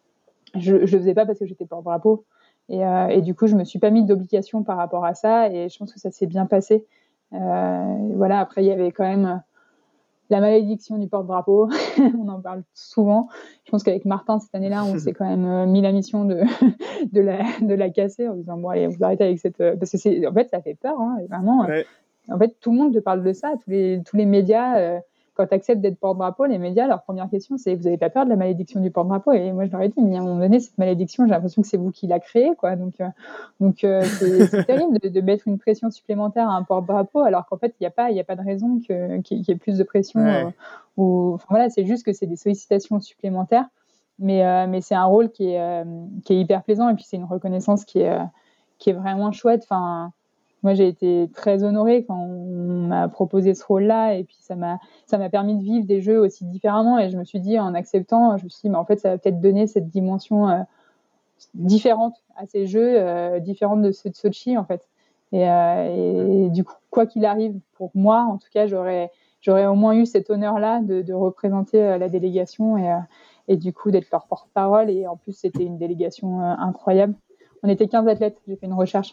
S2: je, je le faisais pas parce que j'étais porte-drapeau. Et, euh, et du coup, je me suis pas mis d'obligation par rapport à ça. Et je pense que ça s'est bien passé. Euh, voilà. Après, il y avait quand même la malédiction du porte-drapeau. On en parle souvent. Je pense qu'avec Martin, cette année-là, on s'est quand même mis la mission de, de, la, de la casser en disant, bon, allez, vous arrêtez avec cette... Parce que c'est, en fait, ça fait peur, hein, vraiment.
S1: Ouais.
S2: En fait, tout le monde te parle de ça. Tous les, tous les médias... Euh, quand tu acceptes d'être porte-drapeau, les médias, leur première question, c'est « Vous n'avez pas peur de la malédiction du porte-drapeau ?» Et moi, je leur ai dit « Mais à un moment donné, cette malédiction, j'ai l'impression que c'est vous qui la créée. » quoi. Donc, euh, donc euh, c'est, c'est terrible de, de mettre une pression supplémentaire à un porte-drapeau, alors qu'en fait, il n'y a, a pas de raison que, qu'il y ait plus de pression.
S1: Ouais.
S2: Euh, ou, enfin, voilà, c'est juste que c'est des sollicitations supplémentaires. Mais, euh, mais c'est un rôle qui est, euh, qui est hyper plaisant. Et puis, c'est une reconnaissance qui est, euh, qui est vraiment chouette. Enfin... Moi, j'ai été très honorée quand on m'a proposé ce rôle-là, et puis ça m'a, ça m'a permis de vivre des jeux aussi différemment. Et je me suis dit, en acceptant, je me suis dit, mais en fait, ça va peut-être donner cette dimension euh, différente à ces jeux, euh, différente de ceux de Sochi, en fait. Et, euh, et du coup, quoi qu'il arrive, pour moi, en tout cas, j'aurais, j'aurais au moins eu cet honneur-là de, de représenter euh, la délégation et, euh, et du coup d'être leur porte-parole. Et en plus, c'était une délégation euh, incroyable. On était quinze athlètes, j'ai fait une recherche.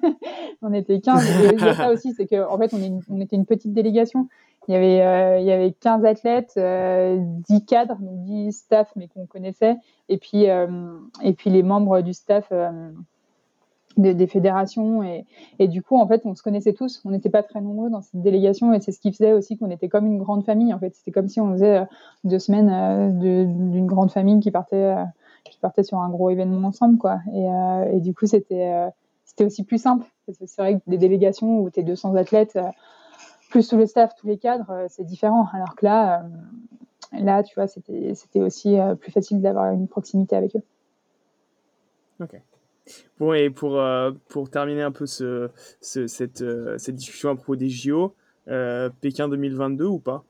S2: On était quinze. Et il y a ça aussi, c'est qu'en fait, on, est une, on était une petite délégation. Il y avait, euh, il y avait quinze athlètes, euh, dix cadres, donc dix staff, mais qu'on connaissait, et puis, euh, et puis les membres du staff euh, de, des fédérations. Et, et du coup, en fait, on se connaissait tous. On n'était pas très nombreux dans cette délégation, et c'est ce qui faisait aussi qu'on était comme une grande famille. En fait, c'était comme si on faisait euh, deux semaines euh, de, d'une grande famille qui partait... Euh, qui partaient sur un gros événement ensemble, quoi. Et, euh, et du coup, c'était, euh, c'était aussi plus simple. Parce que c'est vrai que des délégations où tu es deux cents athlètes, euh, plus tout le staff, tous les cadres, euh, c'est différent. Alors que là, euh, là tu vois, c'était, c'était aussi euh, plus facile d'avoir une proximité avec eux.
S1: Ok. Bon, et pour, euh, pour terminer un peu ce, ce, cette, euh, cette discussion à propos des J O, euh, Pékin deux mille vingt-deux ou pas?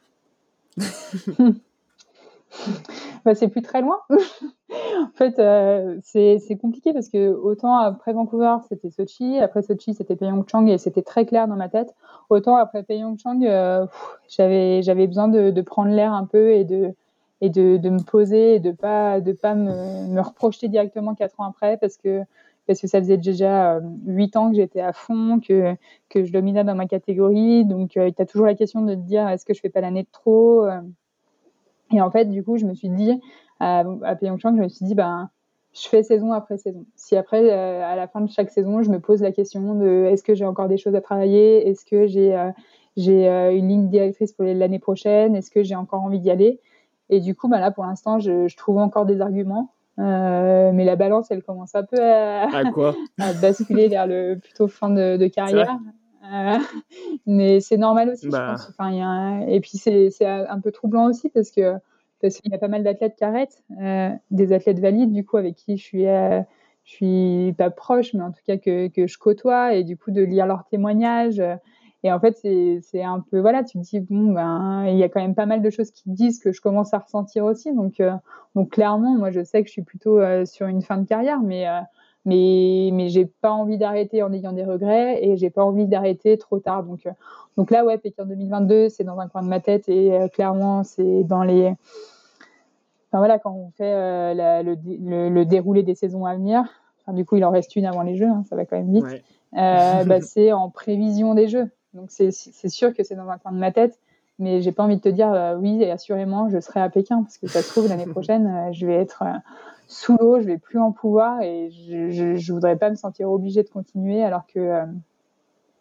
S2: Bah, c'est plus très loin. En fait, euh, c'est, c'est compliqué parce que autant après Vancouver, c'était Sochi, après Sochi, c'était Pyeongchang et c'était très clair dans ma tête. Autant après Pyeongchang, euh, pff, j'avais, j'avais besoin de, de prendre l'air un peu et de, et de, de me poser et de pas, de pas me, me reprojeter directement quatre ans après parce que, parce que ça faisait déjà huit ans que j'étais à fond, que, que je dominais dans ma catégorie. Donc, euh, tu as toujours la question de te dire, est-ce que je fais pas l'année de trop? Et en fait, du coup, je me suis dit, à, à Pyeongchang, je me suis dit, ben, je fais saison après saison. Si après, euh, à la fin de chaque saison, je me pose la question de est-ce que j'ai encore des choses à travailler? Est-ce que j'ai, euh, j'ai euh, une ligne directrice pour l'année prochaine? Est-ce que j'ai encore envie d'y aller? Et du coup, ben là, pour l'instant, je, je trouve encore des arguments. Euh, mais la balance, elle commence un peu à,
S1: À quoi?
S2: à basculer vers le plutôt fin de, de carrière. Euh, mais c'est normal aussi,
S1: bah...
S2: je pense. Enfin, y a un... Et puis, c'est, c'est un peu troublant aussi parce que parce qu'il y a pas mal d'athlètes qui arrêtent, euh, des athlètes valides, du coup, avec qui je suis, euh, je suis pas proche, mais en tout cas que, que je côtoie, et du coup, de lire leurs témoignages. Euh, et en fait, c'est, c'est un peu, voilà, tu te dis, bon, ben, il y a quand même pas mal de choses qui disent que je commence à ressentir aussi. Donc, euh, donc clairement, moi, je sais que je suis plutôt euh, sur une fin de carrière, mais... Euh, mais mais j'ai pas envie d'arrêter en ayant des regrets et j'ai pas envie d'arrêter trop tard. Donc euh, donc là, ouais, Pékin deux mille vingt-deux, c'est dans un coin de ma tête et euh, clairement, c'est dans les... Enfin voilà, quand on fait euh, la, le, le, le déroulé des saisons à venir, enfin, du coup, il en reste une avant les Jeux, hein, ça va quand même vite,
S1: ouais.
S2: euh, bah, c'est en prévision des Jeux. Donc c'est, c'est sûr que c'est dans un coin de ma tête, mais j'ai pas envie de te dire euh, oui, et assurément, je serai à Pékin, parce que ça se trouve, l'année prochaine, euh, je vais être euh, sous l'eau, je vais plus en pouvoir, et je, je, je voudrais pas me sentir obligée de continuer, alors que... Euh,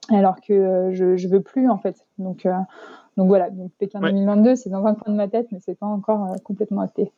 S2: alors que euh, je je veux plus en fait. Donc euh, donc voilà, donc Pékin
S1: Ouais.
S2: deux mille vingt-deux, c'est dans un coin de ma tête, mais c'est pas encore euh, complètement acté.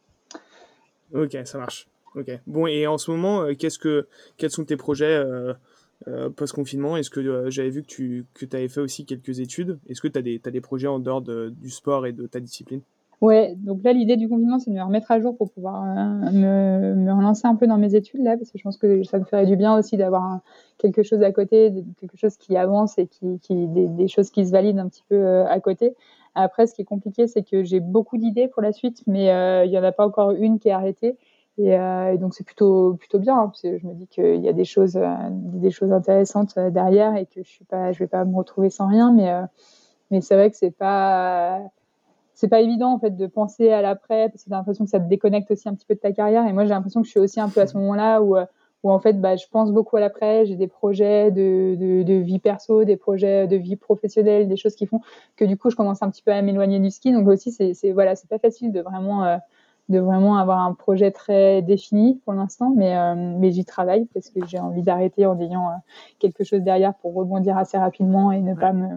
S1: Ok, ça marche. Ok. Bon, et en ce moment, euh, qu'est-ce que, quels sont tes projets euh, euh, post-confinement? Est-ce que euh, j'avais vu que tu que avais fait aussi quelques études? Est-ce que tu as des, t'as des projets en dehors de- du sport et de ta discipline?
S2: Ouais, donc là, l'idée du confinement, c'est de me remettre à jour pour pouvoir euh, me, me relancer un peu dans mes études, là, parce que je pense que ça me ferait du bien aussi d'avoir un- quelque chose à côté, de- quelque chose qui avance et qui, qui des, des choses qui se valident un petit peu euh, à côté. Après, ce qui est compliqué, c'est que j'ai beaucoup d'idées pour la suite, mais euh, il n'y en a pas encore une qui est arrêtée. Et, euh, et donc, c'est plutôt, plutôt bien, hein, parce que je me dis qu'il y a des choses, euh, des choses intéressantes euh, derrière et que je suis pas, je vais pas me retrouver sans rien, mais, euh, mais c'est vrai que c'est pas c'est pas évident en fait de penser à l'après parce que t'as l'impression que ça te déconnecte aussi un petit peu de ta carrière et moi j'ai l'impression que je suis aussi un peu à ce moment-là où, euh, où en fait bah, je pense beaucoup à l'après, j'ai des projets de, de, de vie perso, des projets de vie professionnelle, des choses qui font que du coup je commence un petit peu à m'éloigner du ski, donc aussi c'est, c'est voilà, c'est pas facile de vraiment euh, de vraiment avoir un projet très défini pour l'instant, mais euh, mais j'y travaille parce que j'ai envie d'arrêter en ayant euh, quelque chose derrière pour rebondir assez rapidement et ne
S1: Ouais.
S2: pas me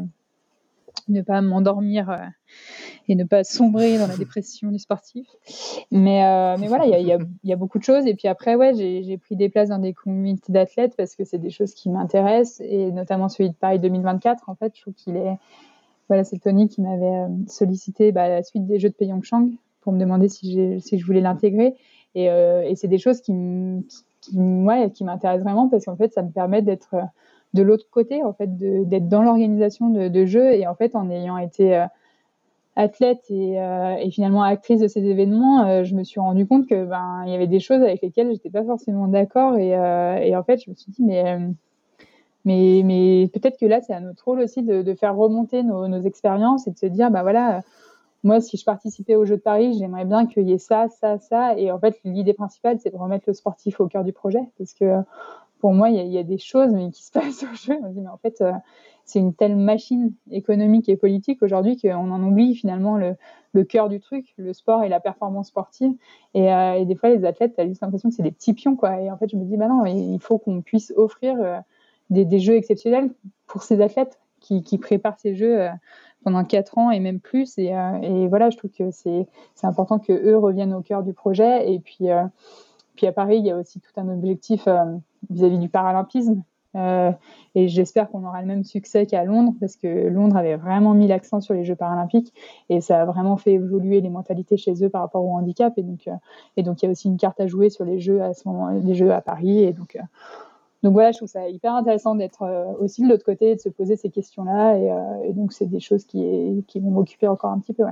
S2: ne pas m'endormir euh, et ne pas sombrer dans la dépression du sportif. Mais, euh, mais voilà, il y a, y, a, y a beaucoup de choses. Et puis après, ouais, j'ai, j'ai pris des places dans des comités d'athlètes parce que c'est des choses qui m'intéressent, et notamment celui de Paris deux mille vingt-quatre. En fait, je trouve qu'il est. Voilà, c'est Tony qui m'avait sollicité bah, à la suite des Jeux de Pyeongchang pour me demander si, j'ai, si je voulais l'intégrer. Et, euh, et c'est des choses qui, qui, ouais, qui m'intéressent vraiment parce qu'en fait, ça me permet d'être de l'autre côté, en fait, de, d'être dans l'organisation de, de jeux. Et en fait, en ayant été euh, athlète et, euh, et finalement actrice de ces événements, euh, je me suis rendu compte que ben il y avait des choses avec lesquelles j'étais pas forcément d'accord et, euh, et en fait je me suis dit mais euh, mais mais peut-être que là c'est à notre rôle aussi de, de faire remonter nos, nos expériences et de se dire bah voilà, moi si je participais aux Jeux de Paris, j'aimerais bien qu'il y ait ça ça ça, et en fait l'idée principale c'est de remettre le sportif au cœur du projet parce que pour moi, il y, y, a des choses mais qui se passent au jeu. On se dit, mais en fait, euh, c'est une telle machine économique et politique aujourd'hui qu'on en oublie finalement le, le cœur du truc, le sport et la performance sportive. Et, euh, et des fois, les athlètes, tu as juste l'impression que c'est des petits pions, quoi. Et en fait, je me dis, bah non, il faut qu'on puisse offrir euh, des, des jeux exceptionnels pour ces athlètes qui, qui préparent ces jeux euh, pendant quatre ans et même plus. Et, euh, et voilà, je trouve que c'est, c'est important qu'eux reviennent au cœur du projet. Et puis, euh, puis à Paris, il y a aussi tout un objectif euh, vis-à-vis du paralympisme. Euh, et j'espère qu'on aura le même succès qu'à Londres, parce que Londres avait vraiment mis l'accent sur les Jeux paralympiques et ça a vraiment fait évoluer les mentalités chez eux par rapport au handicap. Et donc, euh, et donc il y a aussi une carte à jouer sur les Jeux à ce moment, les Jeux à Paris. Et donc, euh, donc voilà, je trouve ça hyper intéressant d'être euh, aussi de l'autre côté et de se poser ces questions-là. Et, euh, et donc c'est des choses qui, qui vont m'occuper encore un petit peu. Ouais.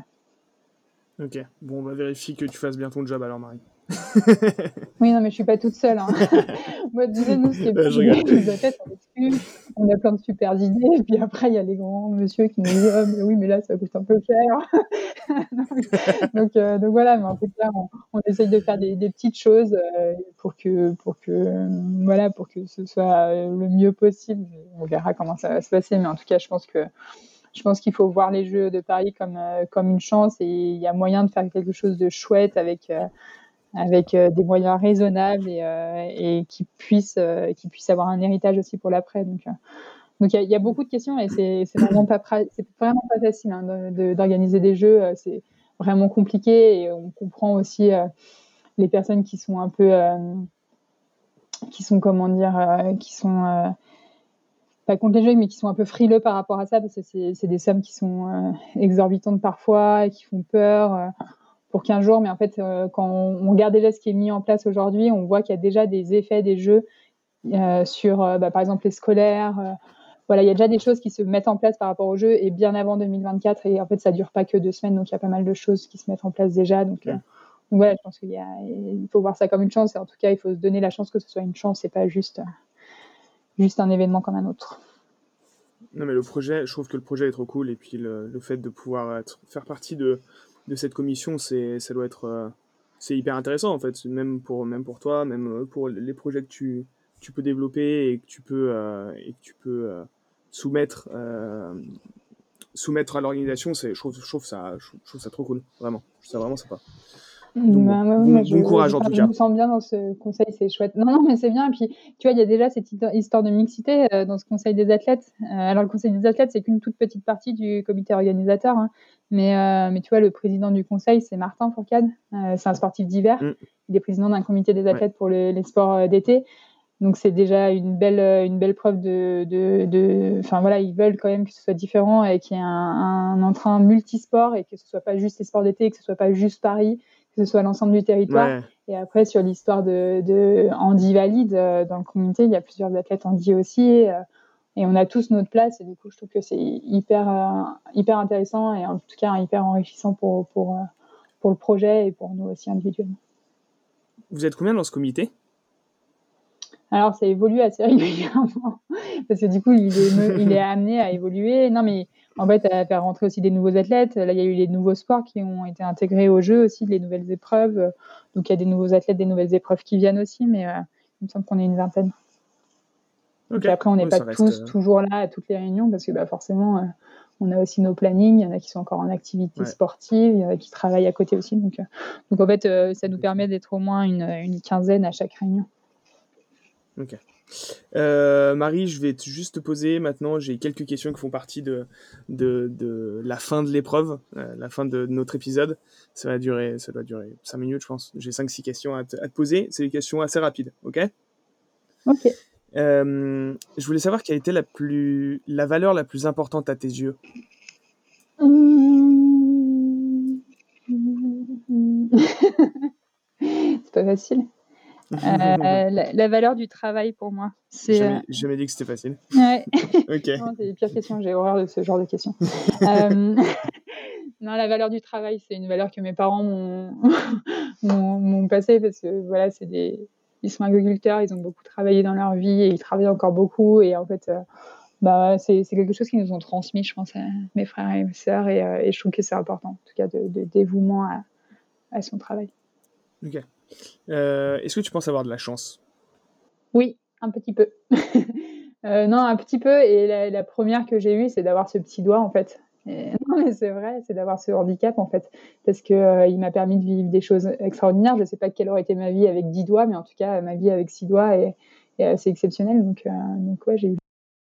S1: Ok. Bon, on va vérifier que tu fasses bien ton job alors, Marie.
S2: Oui, non, mais je suis pas toute seule. Hein. Moi, je disais, nous, ce qui est bien,
S1: Euh, je rigole.
S2: les athlètes, on exclut, on a plein de super idées, et puis après, il y a les grands monsieur qui nous disent, oh, mais oui, mais là, ça coûte un peu cher. donc, donc, euh, donc voilà, mais en tout cas, on, on essaye de faire des, des petites choses euh, pour que, pour que, euh, voilà, pour que ce soit euh, le mieux possible. On verra comment ça va se passer, mais en tout cas, je pense que je pense qu'il faut voir les Jeux de Paris comme, euh, comme une chance, et il y a moyen de faire quelque chose de chouette avec. Euh, avec euh, des moyens raisonnables et, euh, et qui puissent euh, qui puissent avoir un héritage aussi pour l'après. Donc, euh, donc il y, y a beaucoup de questions et c'est, c'est vraiment pas pra- c'est vraiment pas facile hein, de, de, d'organiser des jeux. C'est vraiment compliqué et on comprend aussi euh, les personnes qui sont un peu euh, qui sont comment dire euh, qui sont euh, pas contre les jeux mais qui sont un peu frileux par rapport à ça parce que c'est, c'est des sommes qui sont euh, exorbitantes parfois et qui font peur. Euh, pour quinze jours, mais en fait, euh, quand on, on regarde déjà ce qui est mis en place aujourd'hui, on voit qu'il y a déjà des effets des jeux euh, sur, euh, bah, par exemple, les scolaires. Euh, voilà, il y a déjà des choses qui se mettent en place par rapport aux jeux et bien avant deux mille vingt-quatre. Et en fait, ça dure pas que deux semaines, donc il y a pas mal de choses qui se mettent en place déjà. Donc, euh, donc voilà, je pense qu'il y a, il faut voir ça comme une chance. Et en tout cas, il faut se donner la chance que ce soit une chance et pas juste, euh, juste un événement comme un autre.
S1: Non, mais le projet, je trouve que le projet est trop cool, et puis le, le fait de pouvoir être, faire partie de, de cette commission, c'est, ça doit être, euh, c'est hyper intéressant en fait, même pour, même pour toi, même pour les projets que tu, tu peux développer et que tu peux, euh, et que tu peux euh, soumettre, euh, soumettre à l'organisation. C'est, je trouve, je trouve ça, je trouve ça trop cool, vraiment. Je trouve ça vraiment sympa. Donc bon,
S2: Bah, ouais,
S1: bon,
S2: moi
S1: bon
S2: je
S1: courage
S2: je
S1: en
S2: enfin,
S1: tout
S2: je
S1: cas.
S2: me sens bien dans ce conseil, c'est chouette. Non, non, mais c'est bien et puis, tu vois, il y a déjà cette hito histoire de mixité, heu, dans ce conseil des athlètes. Heu, alors le conseil des athlètes, c'est qu'une toute petite partie du comité organisateur, hein, mais heu, mais tu vois, le président du conseil, c'est Martin Fourcade, heu, c'est un sportif d'hiver.
S1: Mmh.
S2: Il est président d'un comité des
S1: Ouais.
S2: athlètes pour le les sports, heu, d'été. Donc c'est déjà une belle, heu, une belle preuve de de de enfin voilà, ils veulent quand même que ce soit différent et qu'il y ait un un entrain multisport et que ce soit pas juste les sports d'été, que ce soit pas juste Paris, que ce soit l'ensemble du territoire.
S1: Ouais.
S2: Et après sur l'histoire de de handi valide, heu, dans le comité, il y a plusieurs athlètes handi aussi, heu, et on a tous notre place et du coup, je trouve que c'est hyper, heu, hyper intéressant et en tout cas hyper enrichissant pour pour, heu, pour le projet et pour nous aussi individuellement.
S1: Vous êtes combien dans ce comité?
S2: Alors ça évolue assez régulièrement parce que du coup, il est me il est amené à évoluer. Non, mais en fait, à faire rentrer aussi des nouveaux athlètes. Là, il y a eu les nouveaux sports qui ont été intégrés au jeu aussi, les nouvelles épreuves, heu, donc il y a des nouveaux athlètes, des nouvelles épreuves qui viennent aussi, mais heu, il me semble qu'on est une vingtaine. Et
S1: OK.
S2: puis après, on n'est
S1: Ouais,
S2: pas
S1: ça reste,
S2: tous
S1: heu
S2: toujours là à toutes les réunions parce que, bah, forcément, heu, on a aussi nos plannings. Il y en a qui sont encore en activité
S1: ouais,
S2: sportive, il y en a qui travaillent à côté aussi, donc heu, donc en fait, heu, ça nous
S1: complètement.
S2: permet d'être au moins une, une quinzaine à chaque réunion.
S1: OK. Heu, Marie, je vais t juste te poser maintenant, j'ai quelques questions qui font partie de de de la fin de l'épreuve, heu, la fin de notre épisode. Ça va durer ça doit durer cinq minutes, je pense. J'ai cinq six questions à te à te poser. C'est des questions assez rapides, OK?
S2: OK.
S1: Hem, je voulais savoir quelle était la plus la valeur la plus importante à tes yeux?
S2: Mmh. C'est pas facile. Heu, la la valeur du travail pour moi, c'est, heu
S1: Jamais jamais dit que c'était facile.
S2: ouais.
S1: OK.
S2: Non, c'est les pires questions, j'ai horreur de ce genre de questions. Hem, non, la valeur du travail, c'est une valeur que mes parents m'ont m'ont m'ont passée parce que voilà, c'est des ils sont agriculteurs, ils ont beaucoup travaillé dans leur vie et ils travaillent encore beaucoup et en fait, heu, bah, c'est c'est quelque chose qu'ils nous ont transmis, je pense, à mes frères et mes sœurs et heu et je trouve que c'est important, en tout cas de de dévouement à à son travail.
S1: OK. Heu, est-ce que tu penses avoir de la chance?
S2: Oui, un petit peu. Heu, non, un petit peu et la la première que j'ai eue, c'est d'avoir ce petit doigt, en fait et non, mais c'est vrai, c'est d'avoir ce handicap, en fait, parce que, heu, il m'a permis de vivre des choses extraordinaires. Je sais pas quelle aurait été ma vie avec dix doigts, mais en tout cas, ma vie avec six doigts est est assez exceptionnelle donc heu, donc ouais, j'ai eu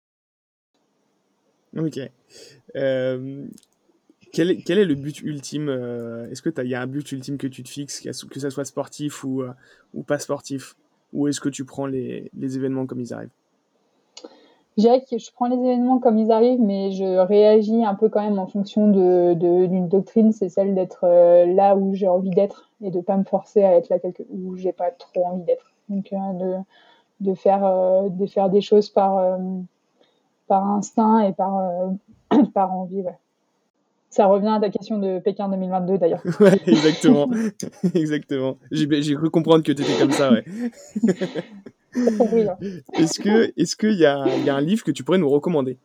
S1: OK. Hem, quel est quel est le but ultime, heu, est-ce que tu as il y a un but ultime que tu te fixes, qu'à que ça soit sportif ou, heu, ou pas sportif? Ou est-ce que tu prends les les événements comme ils arrivent?
S2: je dirais que je prends les événements comme ils arrivent, mais je réagis un peu quand même en fonction de de d'une doctrine, c'est celle d'être, heu, là où j'ai envie d'être et de pas me forcer à être là quelque où j'ai pas trop envie d'être. Donc heu, de de faire, heu, de faire des choses par, hem, par instinct et par, heu, par envie, ouais. Ça revient à ta question de Pékin deux mille vingt-deux d'ailleurs.
S1: Ouais, exactement, exactement. J'ai beh, j'ai cru comprendre que tu étais comme ça, ouais.
S2: Tu as compris, hein?
S1: Est-ce que est-ce qu'il y a il y a un livre que tu pourrais nous recommander?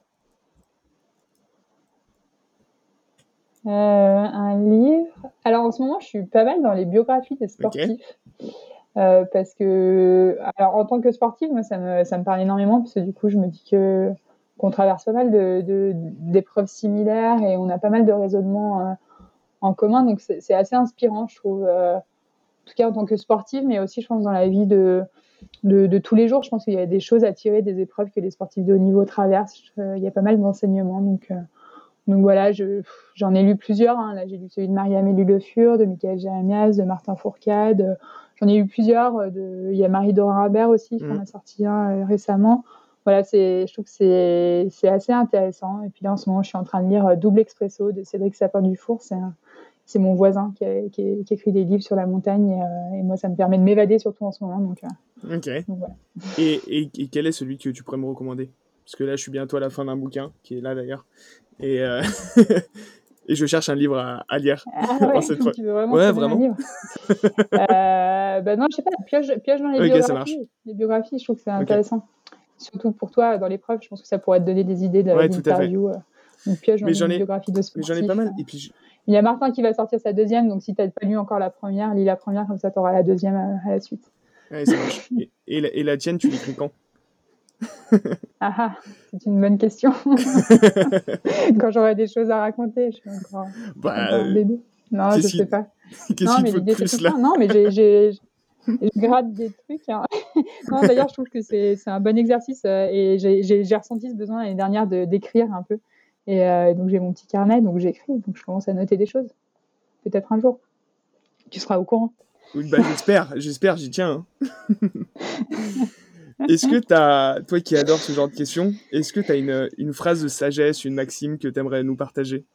S2: Heu, un livre alors en ce moment, je suis pas mal dans les biographies des
S1: OK.
S2: sportifs, heu, parce que alors en tant que sportive, moi ça me ça me parle énormément parce que du coup, je me dis que qu'on traverse pas mal de de d'épreuves similaires et on a pas mal de raisonnements, heu, en commun donc c'est c'est assez inspirant je trouve, heu, en tout cas en tant que sportive, mais aussi je pense dans la vie de de de tous les jours. Je pense qu'il y a des choses à tirer des épreuves que les sportifs de haut niveau traversent. Heu, il y a pas mal d'enseignements donc heu, donc voilà, je j'en ai lu plusieurs, hein. Là, j'ai lu celui de Marie-Amélie Le Fur, de Michael Jérémias, de Martin Fourcade, heu, j'en ai lu plusieurs, heu, de il y a Marie-Dora Habert aussi qui en
S1: Mmh.
S2: a sorti un, heu, récemment. Voilà, c'est je trouve que c'est c'est assez intéressant et puis là, en ce moment, je suis en train de lire, heu, Double Expresso de Cédric Sapin-Dufour. C'est un c'est mon voisin qui a qui qui écrit des livres sur la montagne et heu et moi, ça me permet de m'évader surtout en ce moment donc heu,
S1: OK.
S2: donc voilà.
S1: Et et et quel est celui que tu pourrais me recommander? Parce que là, je suis bientôt à la fin d'un bouquin, qui est là d'ailleurs et heu et je cherche un livre à à lire
S2: Ah
S1: en
S2: ouais,
S1: cette fois.
S2: tu veux vraiment que je
S1: Ouais,
S2: te donne un
S1: vraiment.
S2: livre? Heu, bah, non, je sais pas, pioche pioche dans les
S1: OK, ça marche.
S2: biographies. Les biographies, je trouve que c'est
S1: OK.
S2: intéressant. Surtout pour toi, dans l'épreuve, je pense que ça pourrait te donner des idées de
S1: Ouais, tout à fait.
S2: d'interviews, heu, donc pioche dans
S1: Mais j'en
S2: une
S1: ai
S2: biographie de
S1: mais j'en ai pas
S2: sportif, heu.
S1: mal et puis j
S2: Il y a Martin qui va sortir sa deuxième, donc si tu as pas lu encore la première, lis la première comme ça tu auras la deuxième à à la suite.
S1: ouais, ça marche et et la et la tienne, tu l'écris quand?
S2: Ah ah, c'est une bonne question. Quand j'aurai des choses à raconter, je suis encore je suis
S1: Bah,
S2: encore un
S1: heu,
S2: bébé. Non,
S1: Qu'est-ce
S2: je
S1: qui...
S2: sais pas.
S1: Qu'est-ce
S2: Non,
S1: qu'il
S2: mais
S1: te faut de
S2: l'idée, c'est
S1: plus
S2: tout
S1: là?
S2: ça. Non, mais j'ai, j'ai, je gratte des trucs. Hein. Non, d'ailleurs, je trouve que c'est, c'est un bon exercice euh, et j'ai, j'ai, j'ai ressenti ce besoin l'année dernière de, d'écrire un peu. Et euh, donc, j'ai mon petit carnet, donc j'écris, donc je commence à noter des choses. Peut-être un jour. Tu seras au courant.
S1: Oui, bah, j'espère, j'espère, j'y tiens. Hein. Est-ce que t'as, toi qui adores ce genre de questions, est-ce que t'as une, une phrase de sagesse, une maxime que t'aimerais nous partager?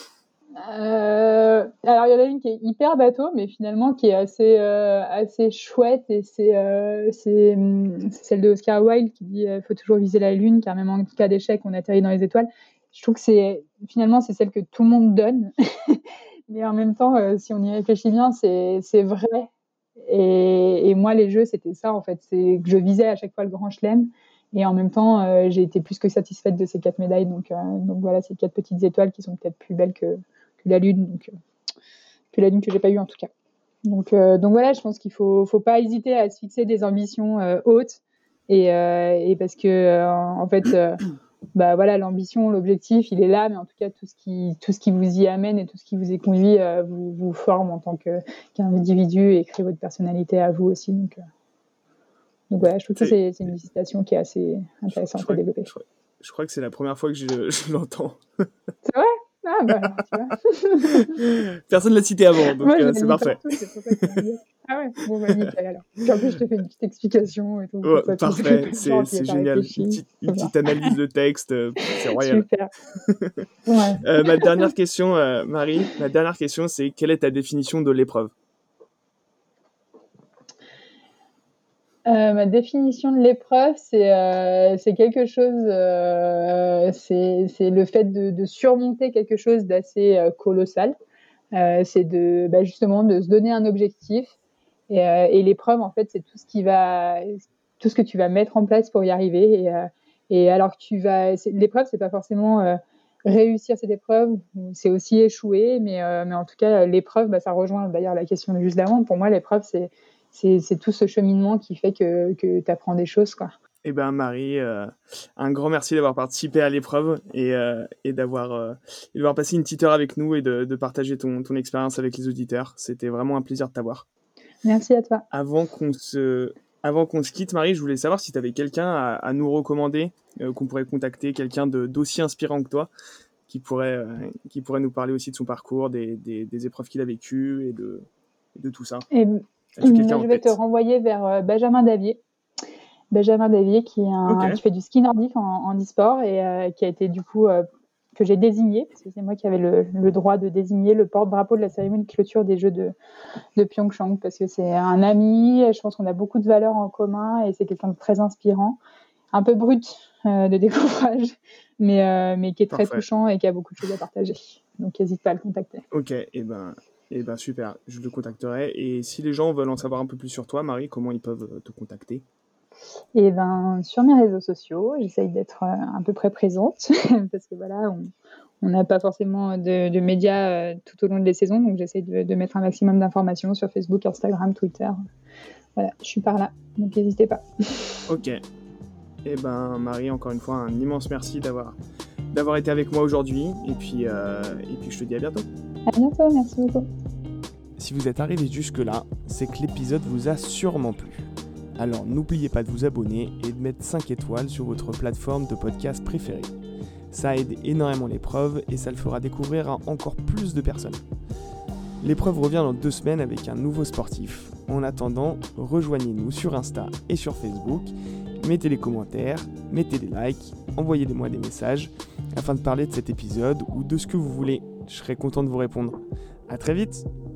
S2: Euh, alors, il y en a une qui est hyper bateau, mais finalement qui est assez, euh, assez chouette. Et c'est, euh, c'est, c'est celle de Oscar Wilde qui dit euh, faut toujours viser la lune, car même en cas d'échec, on atterrit dans les étoiles. Je trouve que c'est, finalement, c'est celle que tout le monde donne. Mais en même temps, euh, si on y réfléchit bien, c'est, c'est vrai. Et, et moi, les jeux, c'était ça, en fait. C'est que je visais à chaque fois le grand chelem. Et en même temps, euh, j'ai été plus que satisfaite de ces quatre médailles. Donc, euh, donc voilà, ces quatre petites étoiles qui sont peut-être plus belles que, que la lune, donc, euh, que la lune que j'ai pas eue en tout cas. Donc, euh, donc voilà, je pense qu'il faut, faut pas hésiter à se fixer des ambitions euh, hautes. Et, euh, et parce que, euh, en fait... Euh, bah voilà, l'ambition, l'objectif, il est là, mais en tout cas, tout ce qui, tout ce qui vous y amène et tout ce qui vous y conduit euh, vous, vous forme en tant que, qu'individu et crée votre personnalité à vous aussi. Donc, euh, donc voilà, je trouve que c'est, c'est une citation qui est assez intéressante
S1: je, je
S2: à développer.
S1: Que, je, crois, je crois que c'est la première fois que je, je l'entends.
S2: C'est vrai? Ah bah alors, tu vois.
S1: Personne ne l'a cité avant, donc
S2: Moi,
S1: euh, c'est parfait.
S2: Partout, c'est pour ça que je ah ouais, bon bah nickel alors. Puis en plus, je te fais une petite explication et tout.
S1: Ouais,
S2: ça,
S1: parfait, c'est, c'est génial. Une petite, une petite analyse de texte, euh, c'est royal.
S2: Super. Ouais.
S1: euh, ma dernière question, euh, Marie, ma dernière question, c'est quelle est ta définition de l'épreuve?
S2: Euh, ma définition de l'épreuve, c'est, euh, c'est quelque chose, euh, c'est, c'est le fait de, de surmonter quelque chose d'assez euh, colossal. Euh, c'est de, bah, justement de se donner un objectif. Et, euh, et l'épreuve, en fait, c'est tout ce qui va, tout ce que tu vas mettre en place pour y arriver. Et, euh, et alors que tu vas, c'est, l'épreuve, c'est pas forcément euh, réussir cette épreuve, c'est aussi échouer. Mais, euh, mais en tout cas, l'épreuve, bah, ça rejoint d'ailleurs la question de juste d'avant. Pour moi, l'épreuve, c'est C'est, c'est tout ce cheminement qui fait que, que tu apprends des choses, quoi.
S1: Eh bien, Marie, euh, un grand merci d'avoir participé à l'épreuve et, euh, et, d'avoir, euh, et d'avoir passé une petite heure avec nous et de, de partager ton, ton expérience avec les auditeurs. C'était vraiment un plaisir de t'avoir.
S2: Merci à toi.
S1: Avant qu'on se, avant qu'on se quitte, Marie, je voulais savoir si tu avais quelqu'un à, à nous recommander, euh, qu'on pourrait contacter, quelqu'un de, d'aussi inspirant que toi, qui pourrait, euh, qui pourrait nous parler aussi de son parcours, des, des, des épreuves qu'il a vécues et de, et de tout ça.
S2: Et je vais te renvoyer vers Benjamin Davier. Benjamin Davier qui, est un, okay. qui fait du ski nordique en, en e-sport et euh, qui a été du coup euh, que j'ai désigné, parce que c'est moi qui avais le, le droit de désigner le porte-drapeau de la cérémonie de clôture des Jeux de, de Pyeongchang, parce que c'est un ami, je pense qu'on a beaucoup de valeurs en commun et c'est quelqu'un de très inspirant, un peu brut euh, de décoffrage, mais, euh, mais qui est très Parfait. touchant et qui a beaucoup de choses à partager. Donc n'hésite pas à le contacter.
S1: Ok, et ben... Eh bien, super, je le contacterai. Et si les gens veulent en savoir un peu plus sur toi, Marie, comment ils peuvent te contacter?
S2: Eh ben, sur mes réseaux sociaux, j'essaye d'être à peu près présente, parce que voilà, on n'a pas forcément de, de médias tout au long de les saisons, donc j'essaye de, de mettre un maximum d'informations sur Facebook, Instagram, Twitter. Voilà, je suis par là, donc n'hésitez pas.
S1: Ok. Eh ben, Marie, encore une fois, un immense merci d'avoir, d'avoir été avec moi aujourd'hui. Et puis, euh, et puis, je te dis à bientôt.
S2: À bientôt, merci beaucoup.
S1: Si vous êtes arrivé jusque-là, c'est que l'épisode vous a sûrement plu. Alors n'oubliez pas de vous abonner et de mettre cinq étoiles sur votre plateforme de podcast préférée. Ça aide énormément l'épreuve et ça le fera découvrir à encore plus de personnes. L'épreuve revient dans deux semaines avec un nouveau sportif. En attendant, rejoignez-nous sur Insta et sur Facebook. Mettez des commentaires, mettez des likes, envoyez-moi des messages afin de parler de cet épisode ou de ce que vous voulez. Je serai content de vous répondre. À très vite!